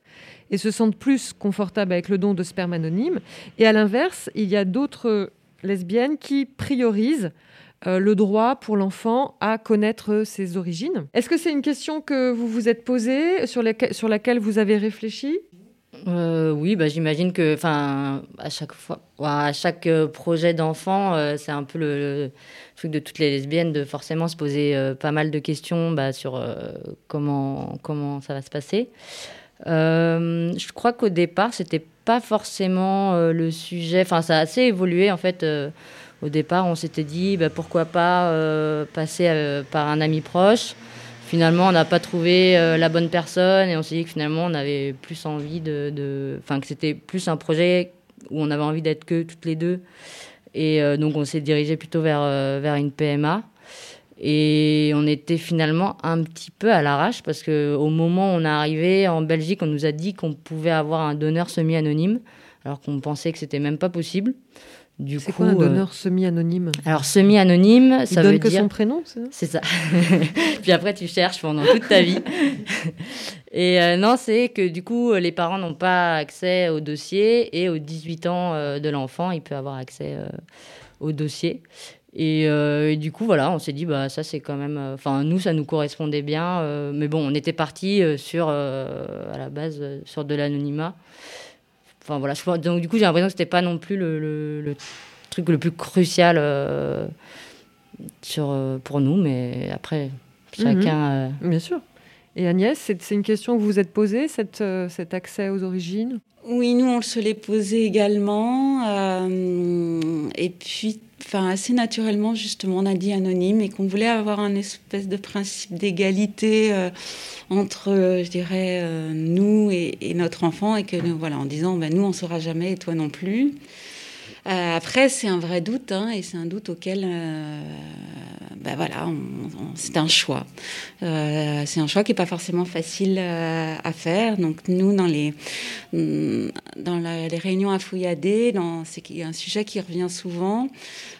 et se sentent plus confortables avec le don de sperme anonyme. Et à l'inverse, il y a d'autres lesbiennes qui priorisent le droit pour l'enfant à connaître ses origines. Est-ce que c'est une question que vous vous êtes posée, sur laquelle vous avez réfléchi ? Oui, j'imagine que à chaque projet d'enfant, c'est un peu le truc de toutes les lesbiennes de forcément se poser pas mal de questions sur comment ça va se passer. Je crois qu'au départ, c'était pas forcément le sujet. Enfin, ça a assez évolué en fait. Au départ, on s'était dit pourquoi pas passer par un ami proche. Finalement, on n'a pas trouvé la bonne personne et on s'est dit que finalement, on avait plus envie que c'était plus un projet où on avait envie d'être que toutes les deux. Et donc, on s'est dirigé plutôt vers une PMA. Et on était finalement un petit peu à l'arrache parce qu'au moment où on est arrivé en Belgique, on nous a dit qu'on pouvait avoir un donneur semi-anonyme alors qu'on pensait que c'était même pas possible. C'est quoi un donneur semi-anonyme ? Alors, semi-anonyme, ça veut dire... Il donne que son prénom, c'est ça ? C'est ça. Puis après, tu cherches pendant toute ta vie. Et non, c'est que du coup, les parents n'ont pas accès au dossier et aux 18 ans de l'enfant, il peut avoir accès au dossier. Et du coup, voilà, on s'est dit, ça, c'est quand même... nous, ça nous correspondait bien. Mais bon, on était partis à la base, sur de l'anonymat. Donc du coup, j'ai l'impression que c'était pas non plus le truc le plus crucial pour nous, mais après, chacun... Bien sûr. Et Agnès, c'est une question que vous vous êtes posée, cet accès aux origines ? Oui, nous, on se l'est posé également. Et puis, assez naturellement, justement, on a dit anonyme et qu'on voulait avoir un espèce de principe d'égalité entre, je dirais, nous et notre enfant, et que en disant, nous, on ne saura jamais et toi non plus. Après, c'est un vrai doute, et c'est un doute auquel, c'est un choix. C'est un choix qui n'est pas forcément facile à faire. Donc, nous, dans les réunions à Fouilladé, c'est un sujet qui revient souvent.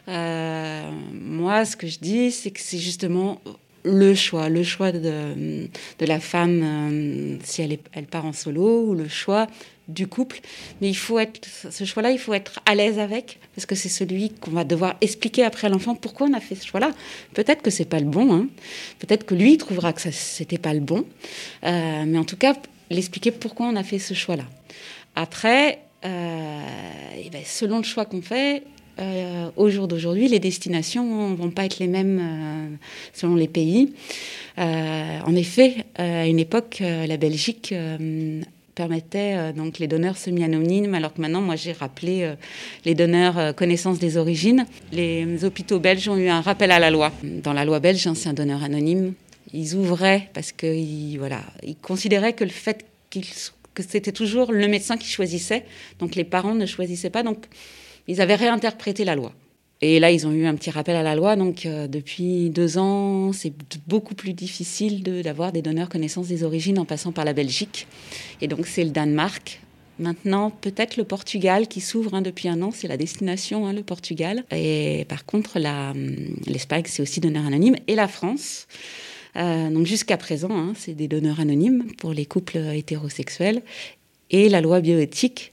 Moi, ce que je dis, c'est que c'est justement le choix de la femme si elle part en solo, ou le choix du couple, mais ce choix-là, il faut être à l'aise avec, parce que c'est celui qu'on va devoir expliquer après à l'enfant pourquoi on a fait ce choix-là. Peut-être que c'est pas le bon, peut-être que lui il trouvera que c'était pas le bon, mais en tout cas l'expliquer pourquoi on a fait ce choix-là. Après, selon le choix qu'on fait, au jour d'aujourd'hui, les destinations ne vont pas être les mêmes selon les pays. En effet, à une époque, la Belgique permettait donc les donneurs semi-anonymes, alors que maintenant, moi, j'ai rappelé les donneurs connaissance des origines. Les hôpitaux belges ont eu un rappel à la loi. Dans la loi belge, c'est un donneur anonyme. Ils ouvraient parce qu'ils considéraient que le fait que c'était toujours le médecin qui choisissait, donc les parents ne choisissaient pas, donc ils avaient réinterprété la loi. Et là, ils ont eu un petit rappel à la loi. Donc, depuis 2 ans, c'est beaucoup plus difficile d'avoir des donneurs connaissance des origines en passant par la Belgique. Et donc, c'est le Danemark. Maintenant, peut-être le Portugal qui s'ouvre depuis 1 an. C'est la destination, le Portugal. Et par contre, l'Espagne, c'est aussi donneur anonyme. Et la France. Donc, jusqu'à présent, c'est des donneurs anonymes pour les couples hétérosexuels. Et la loi bioéthique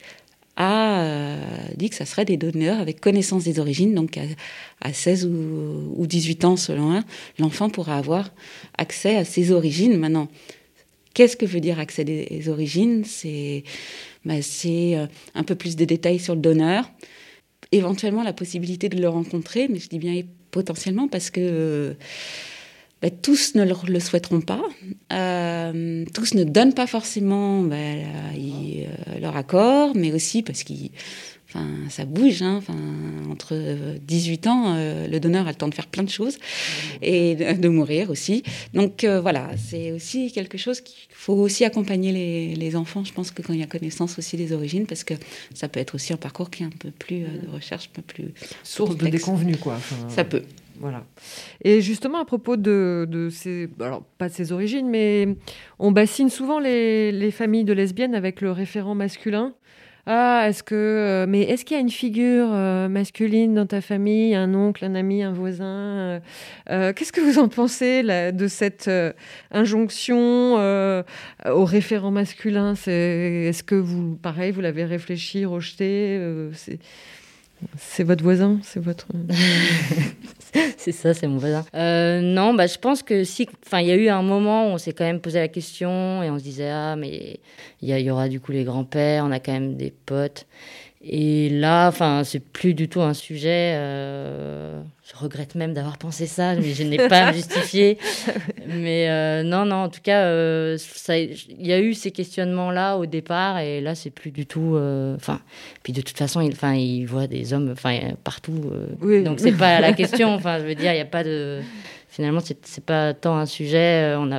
a dit que ça serait des donneurs avec connaissance des origines, donc à 16 ou 18 ans selon l'enfant pourra avoir accès à ses origines. Maintenant, qu'est-ce que veut dire accès des origines ? C'est un peu plus de détails sur le donneur, éventuellement la possibilité de le rencontrer, mais je dis bien potentiellement parce que tous ne le souhaiteront pas, tous ne donnent pas forcément leur accord, mais aussi parce que ça bouge. Entre 18 ans, le donneur a le temps de faire plein de choses et de mourir aussi. Donc voilà, c'est aussi quelque chose qu'il faut aussi accompagner les enfants, je pense, que quand il y a connaissance aussi des origines, parce que ça peut être aussi un parcours qui est un peu plus de recherche, un peu plus source complexe. De déconvenus, quoi. Ça peut. Voilà. Et justement, à propos de ces... Alors, pas de ses origines, mais on bassine souvent les familles de lesbiennes avec le référent masculin. Ah, est-ce qu'il y a une figure masculine dans ta famille, un oncle, un ami, un voisin Qu'est-ce que vous en pensez là, de cette injonction au référent masculin? Est-ce que vous, pareil, vous l'avez réfléchi, rejeté c'est votre voisin, c'est votre... C'est ça, c'est mon voisin. Non, je pense que si... Enfin, il y a eu un moment où on s'est quand même posé la question et on se disait, mais il y aura du coup les grands-pères, on a quand même des potes. Et là, c'est plus du tout un sujet. Je regrette même d'avoir pensé ça, mais je n'ai pas à me justifier. Mais non, en tout cas, il y a eu ces questionnements-là au départ, et là, c'est plus du tout. Puis de toute façon, il voit des hommes, partout. Oui. Donc c'est pas la question. Je veux dire, il y a pas de. Finalement, c'est pas tant un sujet. On n'a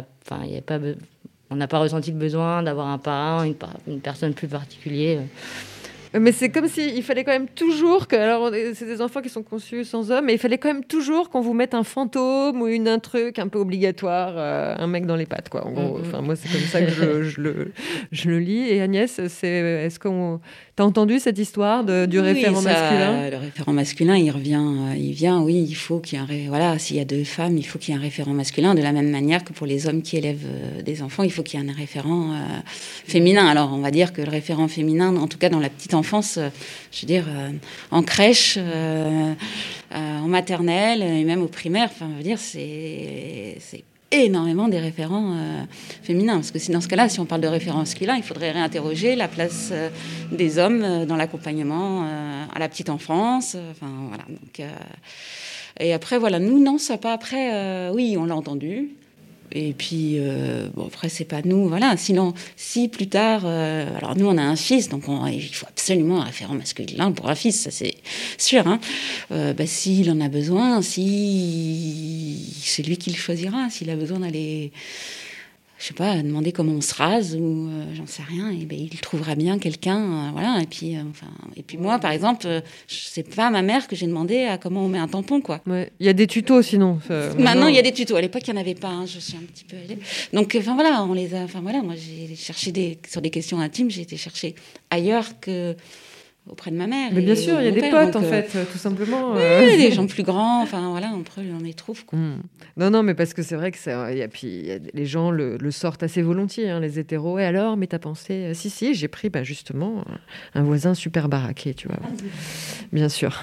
pas ressenti le besoin d'avoir un parrain, une personne plus particulière. Mais c'est comme s'il fallait quand même toujours que... Alors, c'est des enfants qui sont conçus sans homme, mais il fallait quand même toujours qu'on vous mette un fantôme ou un truc un peu obligatoire, un mec dans les pattes, quoi. En gros, moi, c'est comme ça que je le lis. Et Agnès, est-ce qu'on... T'as entendu cette histoire du référent masculin ? Le référent masculin, il vient, oui, il faut qu'il y ait voilà, s'il y a 2 femmes, il faut qu'il y ait un référent masculin, de la même manière que pour les hommes qui élèvent des enfants, il faut qu'il y ait un référent féminin. Alors, on va dire que le référent féminin, en tout cas dans la petite enfance, je veux dire, en crèche, en maternelle et même au primaire, je veux dire, c'est énormément des référents féminins. Parce que dans ce cas-là, si on parle de référent masculin, il faudrait réinterroger la place des hommes dans l'accompagnement à la petite enfance. Voilà. Donc, et après, voilà, nous, non, ça pas après. Oui, on l'a entendu. Et puis, après, c'est pas nous, voilà. Sinon, si plus tard... alors, nous, on a un fils, donc il faut absolument un référent masculin pour un fils, ça, c'est sûr. Hein. S'il en a besoin, c'est lui qui le choisira. S'il a besoin d'aller... je sais pas, demander comment on se rase ou j'en sais rien, et il trouvera bien quelqu'un, voilà. Et puis moi, par exemple, c'est pas à ma mère que j'ai demandé à comment on met un tampon, quoi. Ouais. Il y a des tutos, sinon. Maintenant, il y a des tutos. À l'époque, il n'y en avait pas. Hein. Je suis un petit peu allée. Donc, voilà, on les a. Voilà, moi, j'ai cherché sur des questions intimes. J'ai été chercher ailleurs que auprès de ma mère. Mais bien sûr, il y a des père, potes, en fait, tout simplement. Oui, des gens plus grands, voilà, entre eux, on les trouve, quoi. Non, mais parce que c'est vrai que les gens le sortent assez volontiers, hein, les hétéros. Et alors, mais t'as pensé... Si, j'ai pris justement un voisin super baraqué, tu vois. Bien sûr.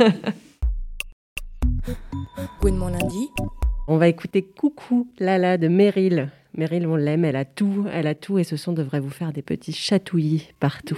Gwen mon lundi. On va écouter Coucou Lala de Meryl. Meryl, on l'aime, elle a tout, et ce son devrait vous faire des petits chatouillis partout.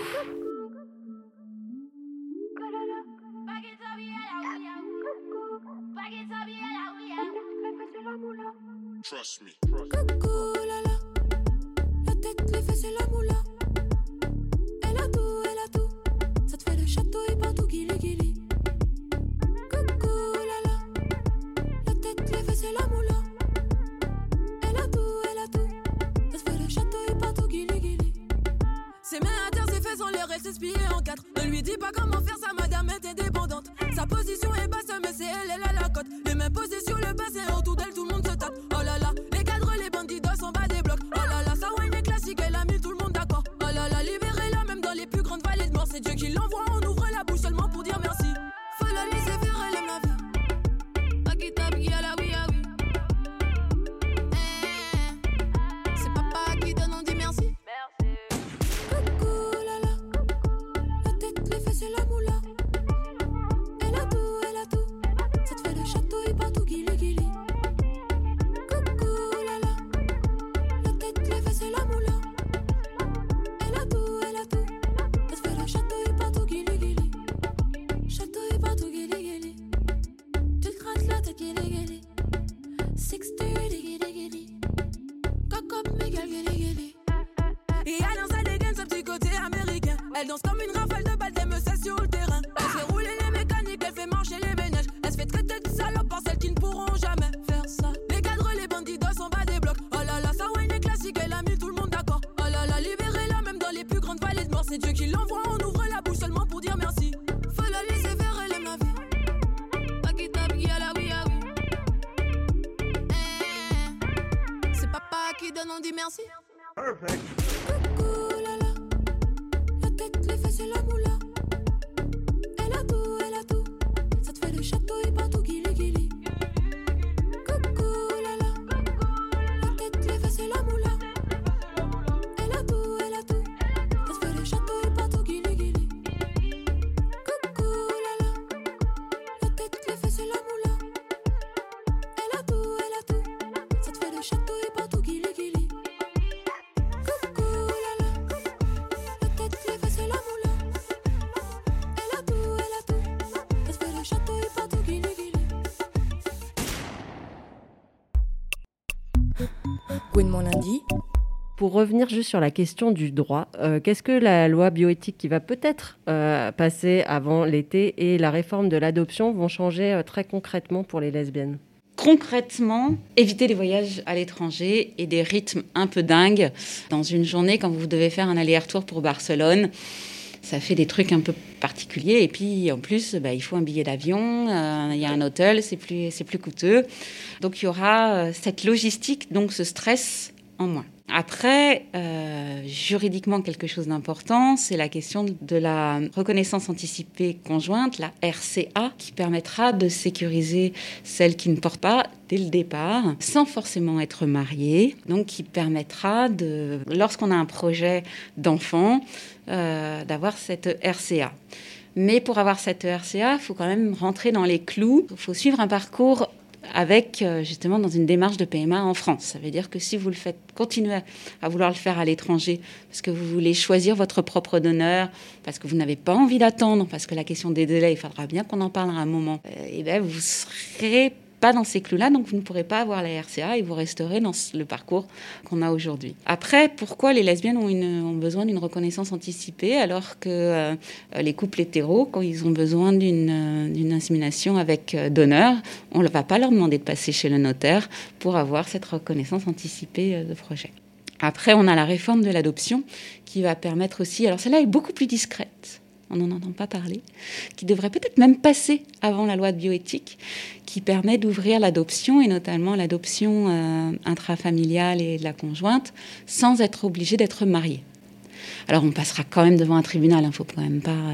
Trust me. Coucou Lala, la tête, les fesses et la moula. Elle a tout, ça te fait le château et partout guili. Coucou Lala, la tête, les fesses et la moula. Elle a tout, ça te fait le château et partout guili. Ses mains à terre, ses fesses en l'air, elle s'espille en 4. Ne lui dis pas comment faire, sa madame est indépendante. Sa position est basse, mais c'est elle a la cote. Les mains posées sur le bassin, autour d'elle, tout le monde se tape. Oh là là, les cadres, les bandits sont bas des blocs. Oh là là, ça wine est classique, elle a mis tout le monde d'accord. Oh là là, libérez-la même dans les plus grandes vallées de mort. C'est Dieu qui l'envoie, on ouvre la bouche seulement pour dire merci. Faut la laisser faire, elle aime la vie. Paquita, la oui, ah oui. C'est papa qui donne, on dit merci. Coucou Lala, la tête, les fesses et la moula. Elle a tout, ça te fait le château et partout guili. Coucou Lala, la tête, les fesses et la moula. Elle a tout, ça te fait le château et partout guili. Château et partout guili. Tu te grattes la tête guili. 630 guili. Cock up, Miguel guili. Et elle lance à dégaine son petit côté américain. Elle danse comme une rafale de balles, elle me sait sur le terrain. Elle fait rouler les mécaniques, elle fait marcher les ménages. Elle se fait traiter de salope par celles qui ne pourront jamais faire ça. Les cadres, les bandits sont bas des blocs. Oh là là, ça wine est classique, elle a mis tout le monde d'accord. Oh là là, libérez-la même dans les plus grandes vallées de mort. C'est Dieu qui l'envoie, on ouvre la bouche seulement pour dire merci. Faut la laisser faire, elle aime la vie. Paquita, la oui, ah oui. C'est papa qui donne, on dit merci. Perfect. Coucou Lala, la tête, les fesses et la Gouinement lundi. Pour revenir juste sur la question du droit, qu'est-ce que la loi bioéthique qui va peut-être passer avant l'été et la réforme de l'adoption vont changer très concrètement pour les lesbiennes ? Concrètement, éviter les voyages à l'étranger et des rythmes un peu dingues. Dans une journée, quand vous devez faire un aller-retour pour Barcelone, ça fait des trucs un peu particuliers. Et puis, en plus, il faut un billet d'avion, il y a un hôtel, c'est plus coûteux. Donc, il y aura cette logistique, donc ce stress en moins. Après, juridiquement, quelque chose d'important, c'est la question de la reconnaissance anticipée conjointe, la RCA, qui permettra de sécuriser celles qui ne portent pas dès le départ, sans forcément être mariées. Donc, qui permettra, lorsqu'on a un projet d'enfant, d'avoir cette RCA. Mais pour avoir cette RCA, il faut quand même rentrer dans les clous. Il faut suivre un parcours avec, justement, dans une démarche de PMA en France. Ça veut dire que si vous le faites, continuez à vouloir le faire à l'étranger, parce que vous voulez choisir votre propre donneur, parce que vous n'avez pas envie d'attendre, parce que la question des délais, il faudra bien qu'on en parle à un moment, vous serez pas dans ces clous-là, donc vous ne pourrez pas avoir la RCA et vous resterez dans le parcours qu'on a aujourd'hui. Après, pourquoi les lesbiennes ont besoin d'une reconnaissance anticipée alors que les couples hétéros, quand ils ont besoin d'une insémination avec donneur, on ne va pas leur demander de passer chez le notaire pour avoir cette reconnaissance anticipée de projet. Après, on a la réforme de l'adoption qui va permettre aussi, alors celle-là est beaucoup plus discrète, on n'en entend pas parler, qui devrait peut-être même passer avant la loi de bioéthique, qui permet d'ouvrir l'adoption, et notamment l'adoption intrafamiliale et de la conjointe, sans être obligé d'être marié. Alors on passera quand même devant un tribunal, faut quand même pas,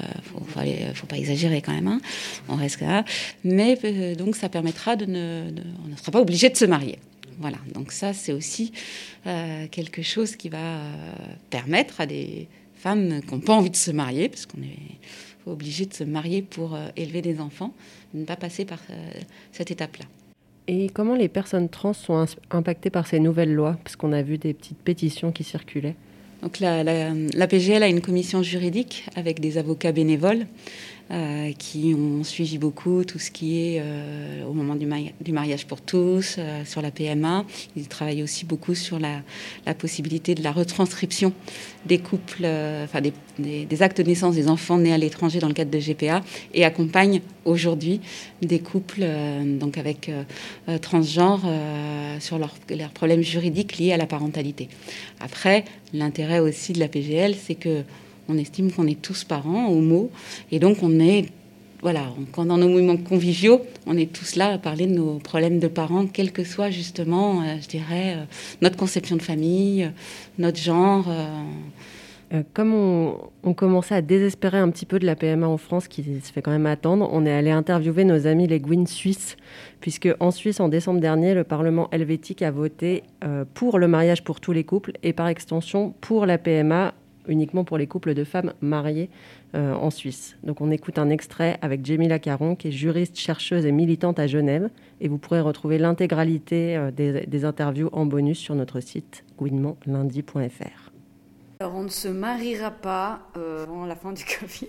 faut pas exagérer quand même, on reste là. Mais donc ça permettra on ne sera pas obligé de se marier. Voilà, donc ça c'est aussi quelque chose qui va permettre à des femmes qui n'ont pas envie de se marier, parce qu'on est obligé de se marier pour élever des enfants, de ne pas passer par cette étape-là. Et comment les personnes trans sont impactées par ces nouvelles lois ? Parce qu'on a vu des petites pétitions qui circulaient. Donc la PGL a une commission juridique avec des avocats bénévoles qui ont suivi beaucoup tout ce qui est au moment du mariage pour tous, sur la PMA. Ils travaillent aussi beaucoup sur la possibilité de la retranscription des couples, des actes de naissance des enfants nés à l'étranger dans le cadre de GPA, et accompagnent aujourd'hui des couples donc avec transgenres sur leurs problèmes juridiques liés à la parentalité. Après, l'intérêt aussi de la PGL, c'est que on estime qu'on est tous parents, homo, et donc on est, quand dans nos moments conviviaux, on est tous là à parler de nos problèmes de parents, quel que soit justement, notre conception de famille, notre genre. Comme on commençait à désespérer un petit peu de la PMA en France, qui se fait quand même attendre, on est allé interviewer nos amis les Gouines suisses, puisque en Suisse, en décembre dernier, le Parlement helvétique a voté pour le mariage pour tous les couples, et par extension pour la PMA, uniquement pour les couples de femmes mariées en Suisse. Donc on écoute un extrait avec Jemila Caron, qui est juriste, chercheuse et militante à Genève, et vous pourrez retrouver l'intégralité des interviews en bonus sur notre site gouinementlundi.fr. Alors on ne se mariera pas avant la fin du Covid.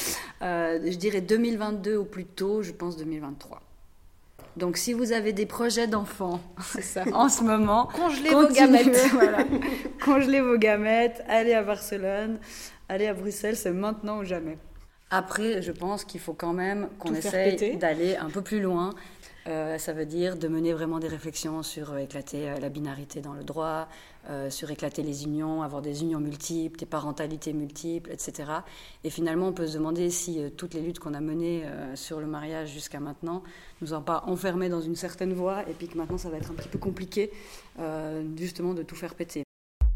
Je dirais 2022 ou plus tôt, je pense 2023. Donc si vous avez des projets d'enfants en ce moment, congelez vos gamètes. Voilà. Congelez vos gamètes, allez à Barcelone, allez à Bruxelles, c'est maintenant ou jamais. Après, je pense qu'il faut quand même qu'on essaye d'aller un peu plus loin. Ça veut dire de mener vraiment des réflexions sur éclater la binarité dans le droit, sur éclater les unions, avoir des unions multiples, des parentalités multiples, etc. Et finalement, on peut se demander si toutes les luttes qu'on a menées sur le mariage jusqu'à maintenant nous ont pas enfermés dans une certaine voie, et puis que maintenant ça va être un petit peu compliqué justement de tout faire péter.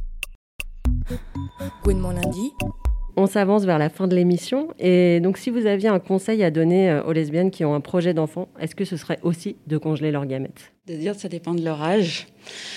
Gouinement lundi. On s'avance vers la fin de l'émission, et donc si vous aviez un conseil à donner aux lesbiennes qui ont un projet d'enfant, est-ce que ce serait aussi de congeler leurs gamètes ? De dire que ça dépend de leur âge.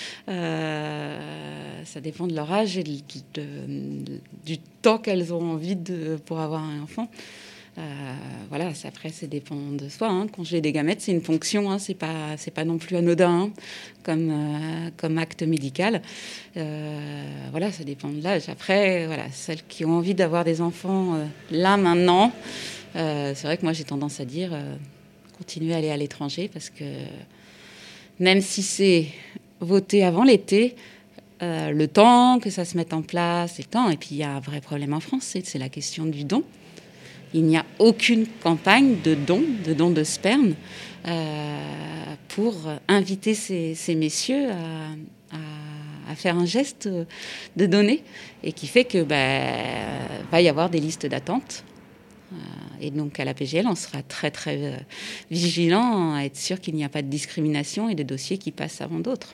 Ça dépend de leur âge et du temps qu'elles ont envie pour avoir un enfant. Après, ça dépend de soi. Congeler des gamètes, c'est une fonction, c'est pas non plus anodin comme acte médical. Ça dépend de l'âge. Après, celles qui ont envie d'avoir des enfants là, maintenant, c'est vrai que moi, j'ai tendance à dire continuez à aller à l'étranger, parce que même si c'est voter avant l'été, le temps que ça se mette en place, et puis il y a un vrai problème en France, c'est la question du don. Il n'y a aucune campagne de don de sperme pour inviter ces messieurs à faire un geste de donner, et qui fait que va y avoir des listes d'attente. Et donc à la PGL, on sera très très vigilant à être sûr qu'il n'y a pas de discrimination et de dossiers qui passent avant d'autres.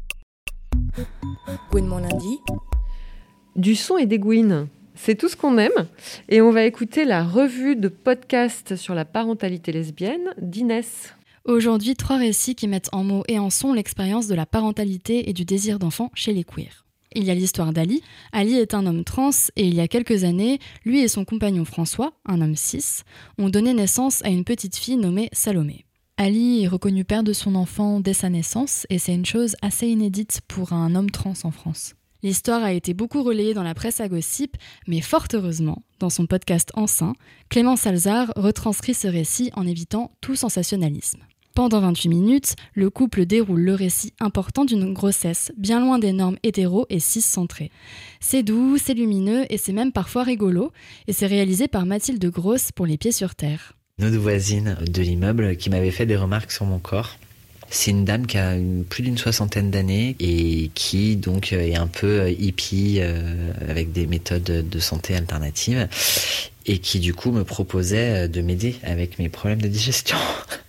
Gouinement lundi. Du son et des gouines, c'est tout ce qu'on aime. Et on va écouter la revue de podcast sur la parentalité lesbienne d'Inès. Aujourd'hui, 3 récits qui mettent en mots et en son l'expérience de la parentalité et du désir d'enfant chez les queers. Il y a l'histoire d'Ali. Ali est un homme trans et il y a quelques années, lui et son compagnon François, un homme cis, ont donné naissance à une petite fille nommée Salomé. Ali est reconnu père de son enfant dès sa naissance et c'est une chose assez inédite pour un homme trans en France. L'histoire a été beaucoup relayée dans la presse à gossip, mais fort heureusement, dans son podcast Enceint, Clémence Alzard retranscrit ce récit en évitant tout sensationnalisme. Pendant 28 minutes, le couple déroule le récit important d'une grossesse, bien loin des normes hétéro et cis-centrées. C'est doux, c'est lumineux et c'est même parfois rigolo, et c'est réalisé par Mathilde Grosse pour Les Pieds sur Terre. Une autre voisine de l'immeuble qui m'avait fait des remarques sur mon corps. C'est une dame qui a plus d'une 60aine d'années et qui donc est un peu hippie avec des méthodes de santé alternatives et qui du coup me proposait de m'aider avec mes problèmes de digestion.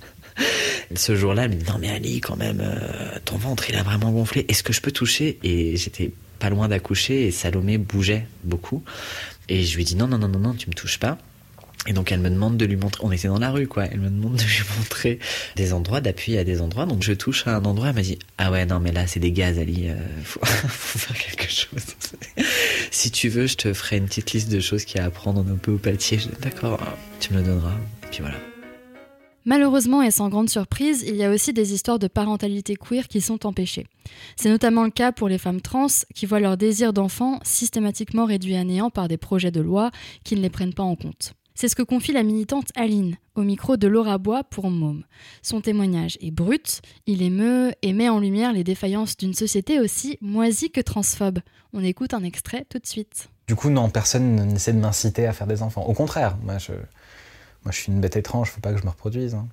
Ce jour-là, elle me dit « Non mais Ali, quand même, ton ventre il a vraiment gonflé, est-ce que je peux toucher ?» Et j'étais pas loin d'accoucher et Salomé bougeait beaucoup. Et je lui dis « Non, tu me touches pas. » Et donc elle me demande de lui montrer, on était dans la rue quoi, elle me demande de lui montrer des endroits, d'appuyer à des endroits. Donc je touche à un endroit, elle m'a dit « Ah ouais, non mais là c'est des gaz Ali, faut faire quelque chose. Si tu veux, je te ferai une petite liste de choses qu'il y a à prendre en homéopathie. » Je dis « D'accord, tu me le donneras. » Et puis voilà. Malheureusement et sans grande surprise, il y a aussi des histoires de parentalité queer qui sont empêchées. C'est notamment le cas pour les femmes trans qui voient leur désir d'enfant systématiquement réduit à néant par des projets de loi qui ne les prennent pas en compte. C'est ce que confie la militante Aline, au micro de Laura Bois pour Môme. Son témoignage est brut, il émeut et met en lumière les défaillances d'une société aussi moisie que transphobe. On écoute un extrait tout de suite. Du coup, non, personne n'essaie de m'inciter à faire des enfants. Au contraire, moi je suis une bête étrange, faut pas que je me reproduise. Hein.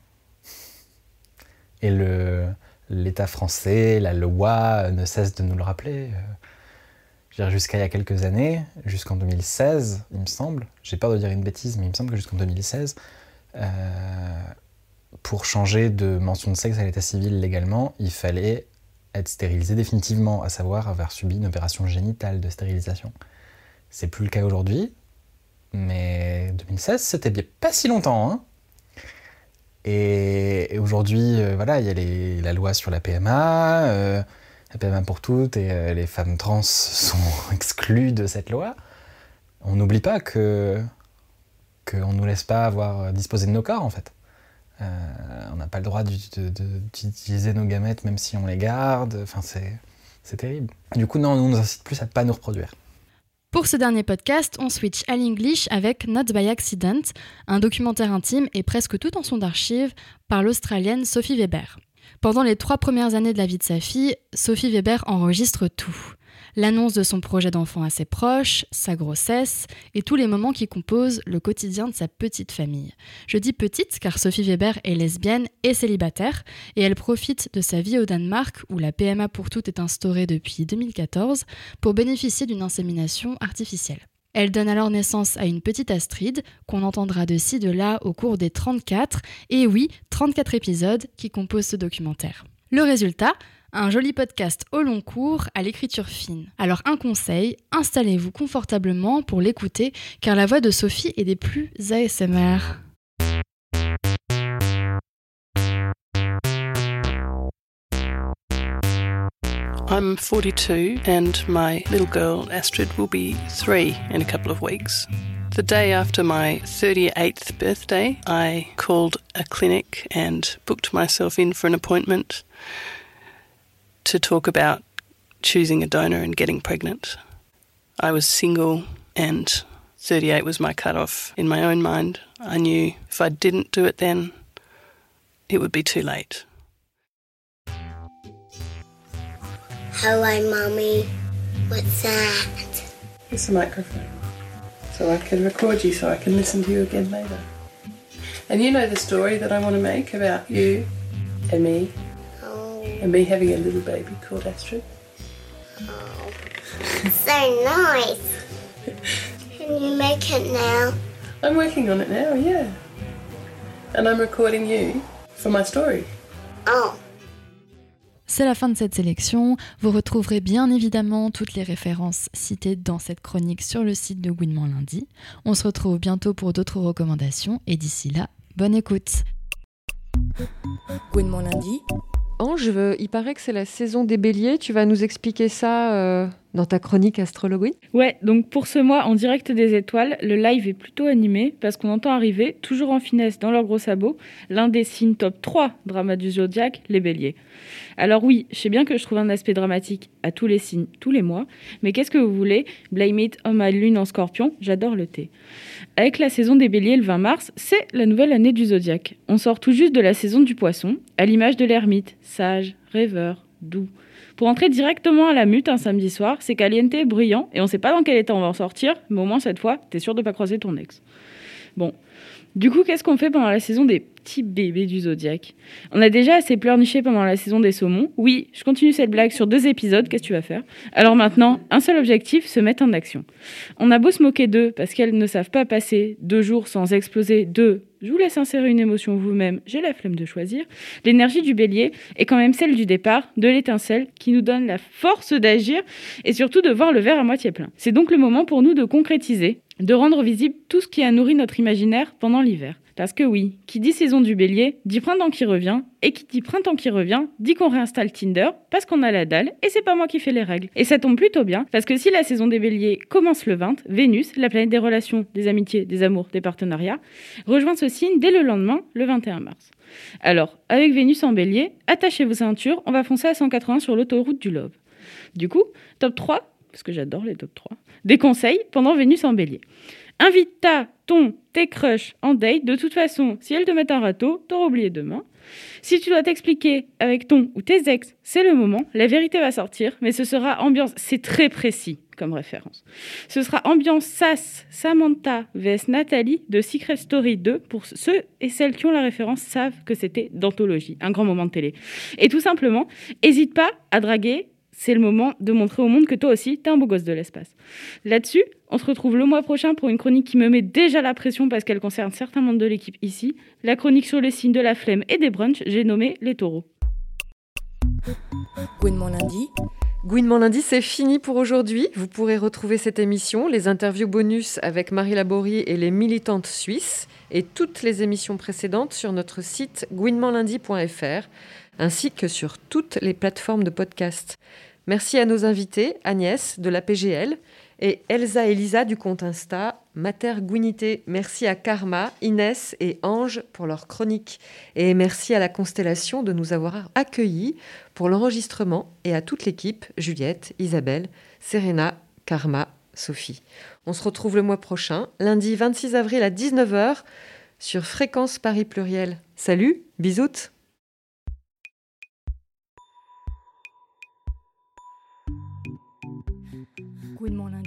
Et l'État français, la loi ne cesse de nous le rappeler. Jusqu'à il y a quelques années, jusqu'en 2016, il me semble, j'ai peur de dire une bêtise, mais il me semble que jusqu'en 2016, pour changer de mention de sexe à l'état civil légalement, il fallait être stérilisé définitivement, à savoir avoir subi une opération génitale de stérilisation. C'est plus le cas aujourd'hui, mais 2016, c'était pas si longtemps. Hein. Et aujourd'hui, voilà, il y a la loi sur la PMA, la PMA pour toutes, et les femmes trans sont exclues de cette loi. On n'oublie pas qu'on ne nous laisse pas disposer de nos corps, en fait. On n'a pas le droit d'utiliser nos gamètes, même si on les garde. Enfin, c'est terrible. Du coup, non, on nous incite plus à ne pas nous reproduire. Pour ce dernier podcast, on switch à l'English avec Not by Accident, un documentaire intime et presque tout en son d'archives par l'Australienne Sophie Weber. Pendant les 3 premières années de la vie de sa fille, Sophie Weber enregistre tout. L'annonce de son projet d'enfant à ses proches, sa grossesse et tous les moments qui composent le quotidien de sa petite famille. Je dis petite car Sophie Weber est lesbienne et célibataire et elle profite de sa vie au Danemark où la PMA pour toutes est instaurée depuis 2014 pour bénéficier d'une insémination artificielle. Elle donne alors naissance à une petite Astrid qu'on entendra de ci de là au cours des 34 épisodes qui composent ce documentaire. Le résultat ? Un joli podcast au long cours à l'écriture fine. Alors un conseil, installez-vous confortablement pour l'écouter car la voix de Sophie est des plus ASMR. I'm 42 and my little girl Astrid will be 3 in a couple of weeks. The day after my 38th birthday, I called a clinic and booked myself in for an appointment to talk about choosing a donor and getting pregnant. I was single and 38 was my cutoff. In my own mind, I knew if I didn't do it then, it would be too late. Hello, Mommy. What's that? It's a microphone. So I can record you so I can listen to you again later. And you know the story that I want to make about you and me and me having a little baby called Astrid? Oh, so nice. Can you make it now? I'm working on it now, yeah. And I'm recording you for my story. Oh. C'est la fin de cette sélection. Vous retrouverez bien évidemment toutes les références citées dans cette chronique sur le site de Gouinement Lundi. On se retrouve bientôt pour d'autres recommandations et d'ici là, bonne écoute. Gouinement Lundi. Ange, il paraît que c'est la saison des béliers. Tu vas nous expliquer ça dans ta chronique Astrologie ? Ouais, donc pour ce mois en direct des étoiles, le live est plutôt animé parce qu'on entend arriver, toujours en finesse dans leurs gros sabots, l'un des signes top 3 drama du zodiaque, les béliers. Alors oui, je sais bien que je trouve un aspect dramatique à tous les signes, tous les mois, mais qu'est-ce que vous voulez ? Blame it on ma lune en scorpion, j'adore le thé. Avec la saison des béliers le 20 mars, c'est la nouvelle année du zodiaque. On sort tout juste de la saison du poisson, à l'image de l'ermite, sage, rêveur, doux. Pour entrer directement à la mute un samedi soir, c'est caliente, bruyant, et on sait pas dans quel état on va en sortir, mais au moins cette fois, t'es sûr de pas croiser ton ex. Bon, du coup, qu'est-ce qu'on fait pendant la saison des petits bébés du zodiaque ? On a déjà assez pleurniché pendant la saison des saumons. Oui, je continue cette blague sur 2 épisodes, qu'est-ce que tu vas faire ? Alors maintenant, un seul objectif, se mettre en action. On a beau se moquer d'eux, parce qu'elles ne savent pas passer 2 jours sans exploser je vous laisse insérer une émotion vous-même, j'ai la flemme de choisir. L'énergie du bélier est quand même celle du départ, de l'étincelle, qui nous donne la force d'agir et surtout de voir le verre à moitié plein. C'est donc le moment pour nous de concrétiser, de rendre visible tout ce qui a nourri notre imaginaire pendant l'hiver. Parce que oui, qui dit saison du bélier, dit printemps qui revient, et qui dit printemps qui revient, dit qu'on réinstalle Tinder, parce qu'on a la dalle, et c'est pas moi qui fais les règles. Et ça tombe plutôt bien, parce que si la saison des béliers commence le 20, Vénus, la planète des relations, des amitiés, des amours, des partenariats, rejoint ce signe dès le lendemain, le 21 mars. Alors, avec Vénus en bélier, attachez vos ceintures, on va foncer à 180 sur l'autoroute du Love. Du coup, top 3, parce que j'adore les top 3, des conseils pendant Vénus en bélier. Invite tes crushs en date. De toute façon, si elles te mettent un râteau, t'auras oublié demain. Si tu dois t'expliquer avec ton ou tes ex, c'est le moment. La vérité va sortir, mais ce sera ambiance... C'est très précis comme référence. Ce sera ambiance Sass, Samantha vs Nathalie de Secret Story 2. Pour ceux et celles qui ont la référence savent que c'était d'anthologie, un grand moment de télé. Et tout simplement, hésite pas à draguer. C'est le moment de montrer au monde que toi aussi, t'es un beau gosse de l'espace. Là-dessus, on se retrouve le mois prochain pour une chronique qui me met déjà la pression parce qu'elle concerne certains membres de l'équipe ici. La chronique sur les signes de la flemme et des brunchs, j'ai nommé les taureaux. Gouinement Lundi. Gouinement Lundi, c'est fini pour aujourd'hui. Vous pourrez retrouver cette émission, les interviews bonus avec Marie Laborie et les militantes suisses et toutes les émissions précédentes sur notre site gouinementlundi.fr ainsi que sur toutes les plateformes de podcast. Merci à nos invités, Agnès de la PGL et Elsa et Lisa du compte Insta Mater Gouinité. Merci à Karma, Inès et Ange pour leur chronique. Et merci à la Constellation de nous avoir accueillis pour l'enregistrement et à toute l'équipe, Juliette, Isabelle, Serena, Karma, Sophie. On se retrouve le mois prochain, lundi 26 avril à 19h sur Fréquence Paris Pluriel. Salut, bisous. Gouinement Lundi.